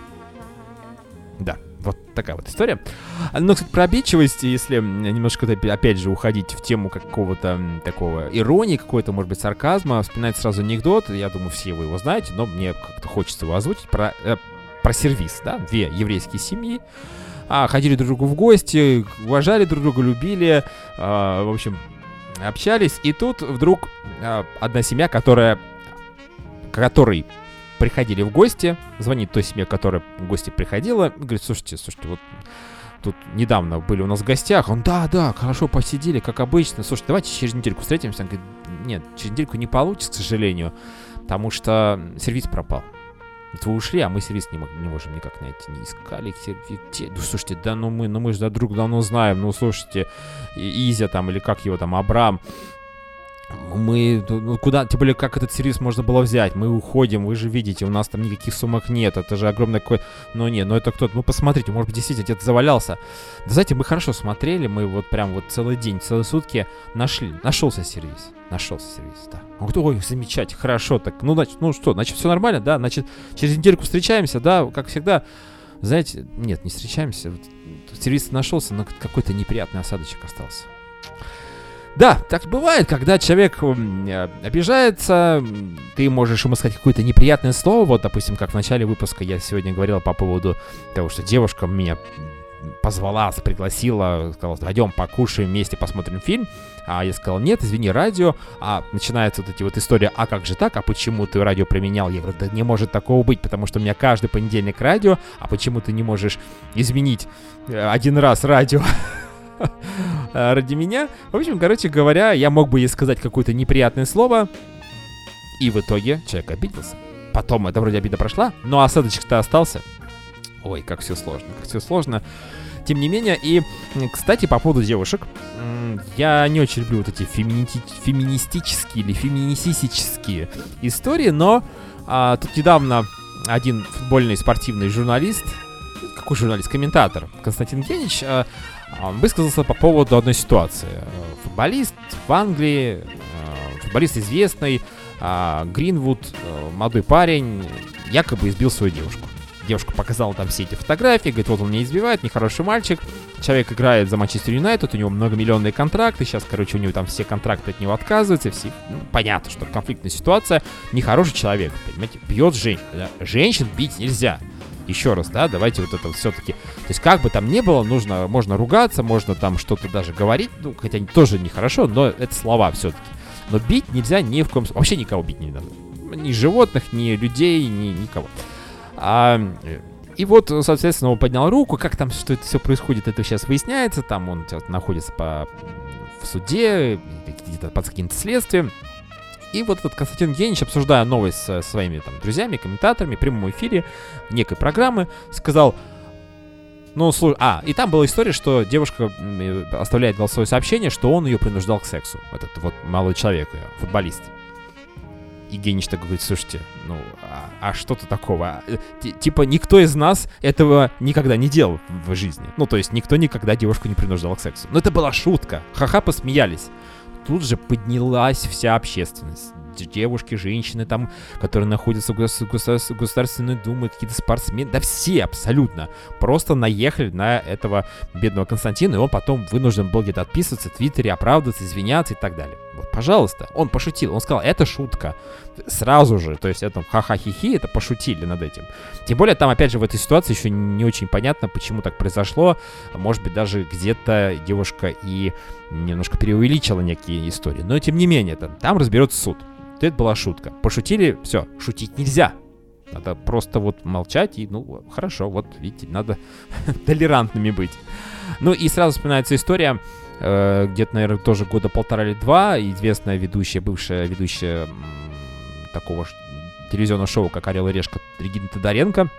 Да, вот такая вот история. Но, кстати, про обидчивость, если немножко, опять же, уходить в тему какого-то такого иронии, какой-то, может быть, сарказма, вспоминается сразу анекдот, я думаю, все вы его знаете, но мне как-то хочется его озвучить, про, э, про сервиз, да, две еврейские семьи, а, ходили друг к другу в гости, уважали друг друга, любили, а, в общем, общались, и тут вдруг а, одна семья, которая, которой приходили в гости, звонит той семье, которая в гости приходила, и говорит: слушайте, слушайте, вот тут недавно были у нас в гостях. Он: да, да, хорошо посидели, как обычно. Слушайте, давайте через недельку встретимся. Он говорит: нет, через недельку не получится, к сожалению, потому что сервис пропал. Вы ушли, а мы сервис не, мог, не можем никак найти. Не искали сервис. Где? Ну, слушайте, да ну мы, ну мы же друг давно знаем. Ну, слушайте, Изя там, или как его там, Абрам. Мы, ну, куда, тем более, как этот сервис можно было взять? Мы уходим, вы же видите, у нас там никаких сумок нет, это же огромный какой... Ну, не, ну это кто-то, ну, посмотрите, может быть, действительно где-то завалялся. Да, знаете, мы хорошо смотрели, мы вот прям вот целый день, целые сутки нашли, нашелся сервис, нашелся сервис, да. Он говорит: ой, замечательно, хорошо, так, ну, значит, ну что, значит, все нормально, да, значит, через недельку встречаемся, да, как всегда. Знаете, нет, не встречаемся, сервис нашелся, но какой-то неприятный осадочек остался. Да, так бывает, когда человек обижается, ты можешь ему сказать какое-то неприятное слово. Вот, допустим, как в начале выпуска я сегодня говорил по поводу того, что девушка меня позвала, пригласила, сказала: пойдем покушаем вместе, посмотрим фильм. А я сказал: нет, извини, радио. А начинается вот эти вот истории: а как же так, а почему ты радио применял? Я говорю: да не может такого быть, потому что у меня каждый понедельник радио, а почему ты не можешь изменить один раз радио ради меня? В общем, короче говоря, я мог бы ей сказать какое-то неприятное слово, и в итоге человек обиделся. Потом это вроде обида прошла, но осадочек-то остался. Ой, как все сложно, как все сложно. Тем не менее, и, кстати, по поводу девушек, я не очень люблю вот эти феминити- феминистические или феминистические истории, но а, тут недавно один футбольный спортивный журналист, какой журналист, комментатор, Константин Генич, а, он высказался по поводу одной ситуации. Футболист в Англии, футболист известный, Гринвуд, молодой парень, якобы избил свою девушку. Девушка показала там все эти фотографии, говорит: вот он меня избивает, нехороший мальчик. Человек играет за Манчестер Юнайтед, у него многомиллионные контракты, сейчас, короче, у него там все контракты от него отказываются, все, ну, понятно, что конфликтная ситуация, нехороший человек, понимаете, бьет женщин. Да? Женщин бить нельзя. еще раз, да, давайте вот это все-таки, то есть как бы там ни было, нужно, можно ругаться, можно там что-то даже говорить, ну, хотя тоже нехорошо, но это слова все-таки. Но бить нельзя ни в коем случае, вообще никого бить не надо, ни животных, ни людей, ни никого. А, и вот, соответственно, он поднял руку, как там, что это все происходит, это сейчас выясняется, там он находится по, в суде, где-то под каким-то следствием. И вот этот Константин Евгеньевич, обсуждая новость со своими там друзьями, комментаторами, в прямом эфире некой программы, сказал, ну, слушай, а, и там была история, что девушка оставляет голосовое сообщение, что он ее принуждал к сексу, этот вот молодой человек, футболист. Евгеньевич так говорит, слушайте, ну, а, а что-то такого? Т- типа никто из нас этого никогда не делал в жизни. Ну, то есть никто никогда девушку не принуждал к сексу. Но это была шутка, ха-ха, посмеялись. Тут же поднялась вся общественность. Девушки, женщины там, которые находятся в государ- Государственной Думе, какие-то спортсмены, да все абсолютно просто наехали на этого бедного Константина, и он потом вынужден был где-то отписываться в Твиттере, оправдываться, извиняться и так далее. Вот, пожалуйста, он пошутил, он сказал, это шутка. Сразу же, то есть это ха-ха-хи-хи, это пошутили над этим. Тем более там, опять же, в этой ситуации еще не очень понятно, почему так произошло. Может быть, даже где-то девушка и немножко преувеличила некие истории. Но, тем не менее, там, там разберется суд. Это была шутка. Пошутили, все, шутить нельзя. Надо просто вот молчать и, ну, хорошо, вот, видите, надо толерантными быть. Ну и сразу вспоминается история, э, где-то, наверное, тоже года полтора или два, известная ведущая, бывшая ведущая м, такого ш- телевизионного шоу, как «Орел и Решка», Регина Тодоренко,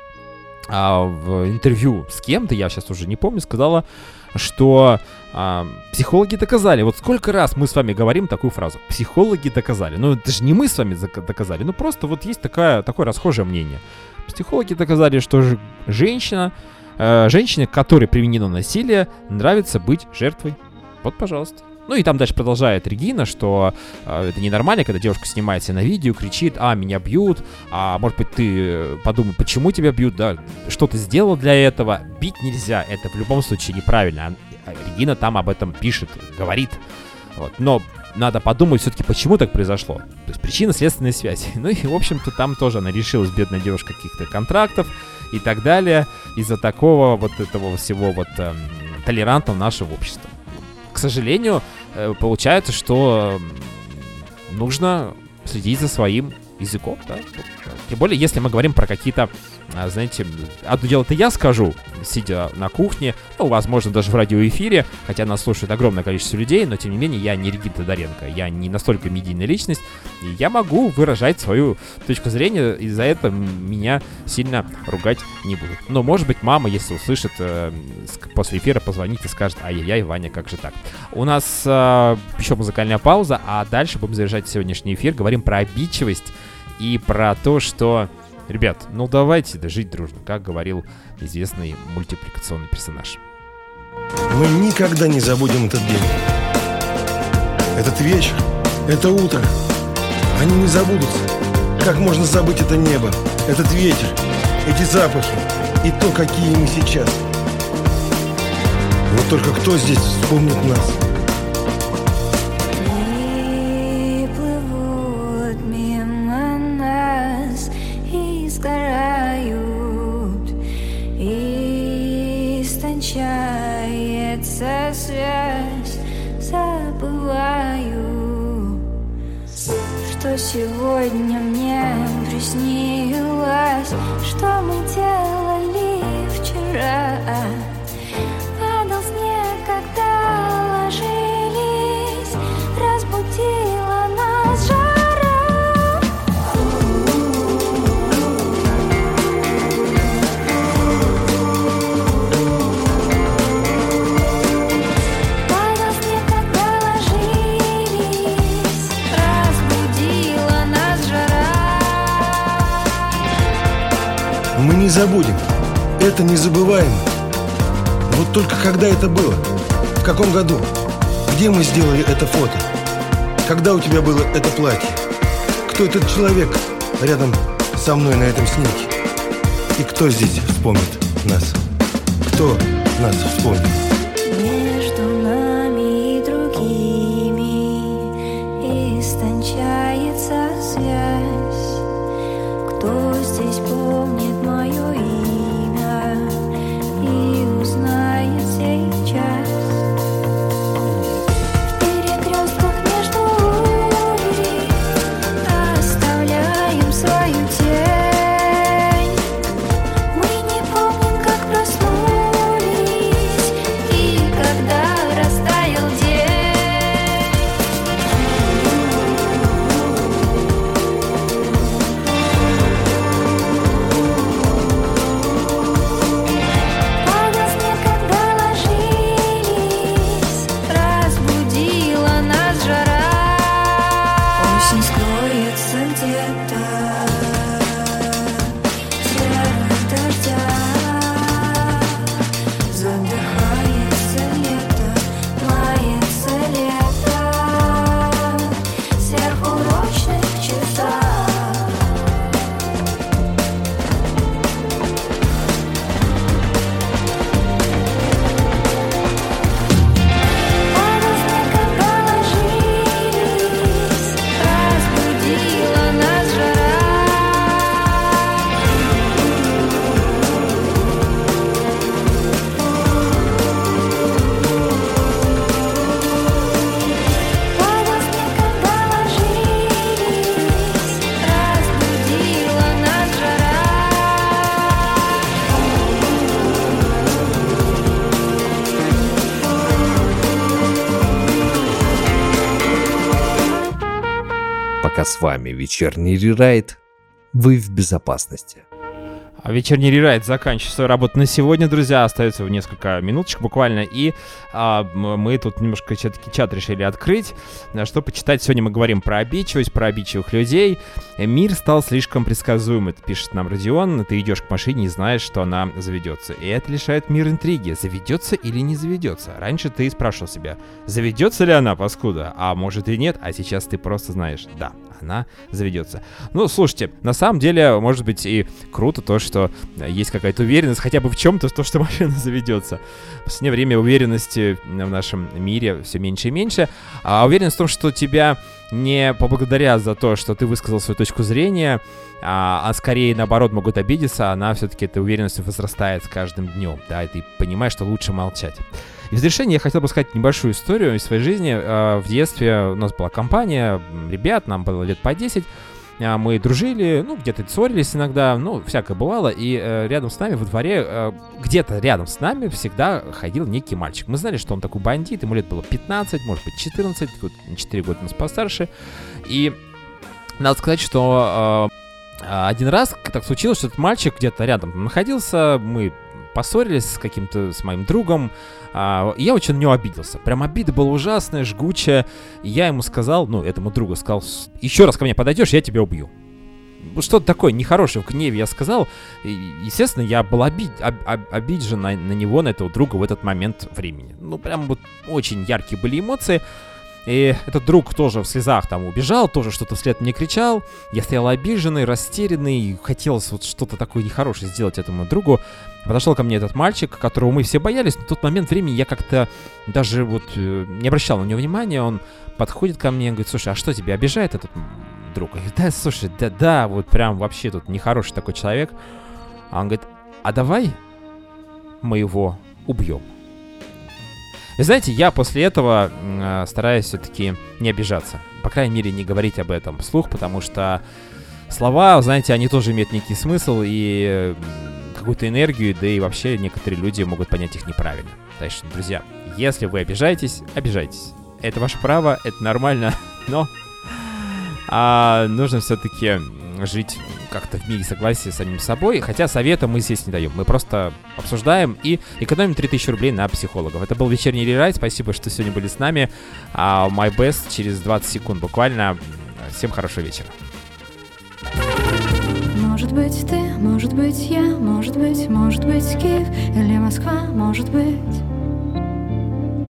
а в интервью с кем-то, я сейчас уже не помню, сказала, что а, психологи доказали. Вот сколько раз мы с вами говорим такую фразу. Психологи доказали. Ну, это же не мы с вами доказали. Ну, просто вот есть такая, такое расхожее мнение. Психологи доказали, что ж, женщина, э, женщине, которой применено насилие, нравится быть жертвой. Вот, пожалуйста. Ну и там дальше продолжает Регина, что э, это ненормально, когда девушка снимает себя на видео, кричит, а, меня бьют, а может быть ты подумай, почему тебя бьют, да, что ты сделал для этого. Бить нельзя, это в любом случае неправильно. А Регина там об этом пишет, говорит. Вот. Но надо подумать все-таки, почему так произошло. То есть причинно-следственная связь. Ну и, в общем-то, там тоже она решилась, бедная девушка, каких-то контрактов и так далее, из-за такого вот этого всего вот эм, толерантного нашего общества. К сожалению, получается, что нужно следить за своим языком, да? Тем более, если мы говорим про какие-то, знаете, одно дело-то я скажу, сидя на кухне, ну, возможно, даже в радиоэфире, хотя нас слушает огромное количество людей, но, тем не менее, я не Регина Тодоренко, я не настолько медийная личность, и я могу выражать свою точку зрения, и за это меня сильно ругать не будут. Но, может быть, мама, если услышит, э, после эфира позвонит и скажет, ай-яй-яй, Ваня, как же так? У нас э, еще музыкальная пауза, а дальше будем завершать сегодняшний эфир, говорим про обидчивость и про то, что, ребят, ну давайте да жить дружно, как говорил известный мультипликационный персонаж. Мы никогда не забудем этот день. Этот вечер, это утро. Они не забудутся. Как можно забыть это небо, этот ветер, эти запахи и то, какие мы сейчас. Вот только кто здесь вспомнит нас? Сгорают, истончается связь, забываю, что сегодня мне приснилось, что мы делали вчера. Падал снег, когда ложились, разбудила нас жара. Мы не забудем. Это незабываемо. Вот только когда это было? В каком году? Где мы сделали это фото? Когда у тебя было это платье? Кто этот человек рядом со мной на этом снимке? И кто здесь вспомнит нас? Кто нас вспомнит? Между нами и другими истончается связь. Кто здесь помнит мое имя? Пока с вами вечерний рерайт, вы в безопасности. А вечерний рерайт заканчивает свою работу на сегодня, друзья. Остается несколько минуточек буквально. И а, мы тут немножко все-таки чат решили открыть, что почитать. Сегодня мы говорим про обидчивость, про обидчивых людей. Мир стал слишком предсказуемым, пишет нам Родион. Ты идешь к машине и знаешь, что она заведется. И это лишает мир интриги. Заведется или не заведется? Раньше ты спрашивал себя, заведется ли она, паскуда? А может и нет, а сейчас ты просто знаешь, да, она заведется. Ну, слушайте, на самом деле, может быть и круто то, что есть какая-то уверенность хотя бы в чем-то, то, что машина заведется. В последнее время уверенности в нашем мире все меньше и меньше. А уверенность в том, что тебя не поблагодарят за то, что ты высказал свою точку зрения, а, а скорее, наоборот, могут обидеться, она все-таки, эта уверенность возрастает с каждым днем, да, и ты понимаешь, что лучше молчать. И в завершение я хотел бы сказать небольшую историю из своей жизни. В детстве у нас была компания ребят, нам было лет по десять, мы дружили, ну, где-то ссорились иногда, ну, всякое бывало, и э, рядом с нами во дворе, э, где-то рядом с нами всегда ходил некий мальчик. Мы знали, что он такой бандит, ему лет было пятнадцать, может быть, четырнадцать, четыре года нас постарше, и надо сказать, что э, один раз так случилось, что этот мальчик где-то рядом находился, мы поссорились с каким-то, с моим другом, а, и я очень на него обиделся. Прям обида была ужасная, жгучая. И я ему сказал, ну, этому другу сказал, еще раз ко мне подойдешь, я тебя убью. Что-то такое нехорошее в гневе я сказал. И, естественно, я был оби- об- об- обиджен на, на него, на этого друга в этот момент времени. Ну, прям вот очень яркие были эмоции. И этот друг тоже в слезах там убежал, тоже что-то вслед мне кричал. Я стоял обиженный, растерянный, хотелось вот что-то такое нехорошее сделать этому другу. Подошел ко мне этот мальчик, которого мы все боялись, но в тот момент времени я как-то даже вот э, не обращал на него внимания. Он подходит ко мне и говорит, слушай, а что тебя обижает этот друг? Я говорю, да, слушай, да-да, вот прям вообще тут нехороший такой человек. А он говорит, а давай мы его убьем. И знаете, я после этого э, стараюсь все-таки не обижаться. По крайней мере, не говорить об этом вслух, потому что слова, знаете, они тоже имеют некий смысл и э, какую-то энергию, да и вообще некоторые люди могут понять их неправильно. Так что, друзья, если вы обижаетесь, обижайтесь. Это ваше право, это нормально, но а, нужно все-таки жить как-то в мире согласия с самим собой. Хотя совета мы здесь не даем. Мы просто обсуждаем и экономим три тысячи рублей на психологов. Это был вечерний рерайт. Спасибо, что сегодня были с нами. Uh, my best через двадцать секунд буквально. Всем хорошего вечера. Может быть ты, может быть я, может быть, может быть Киев или Москва, может быть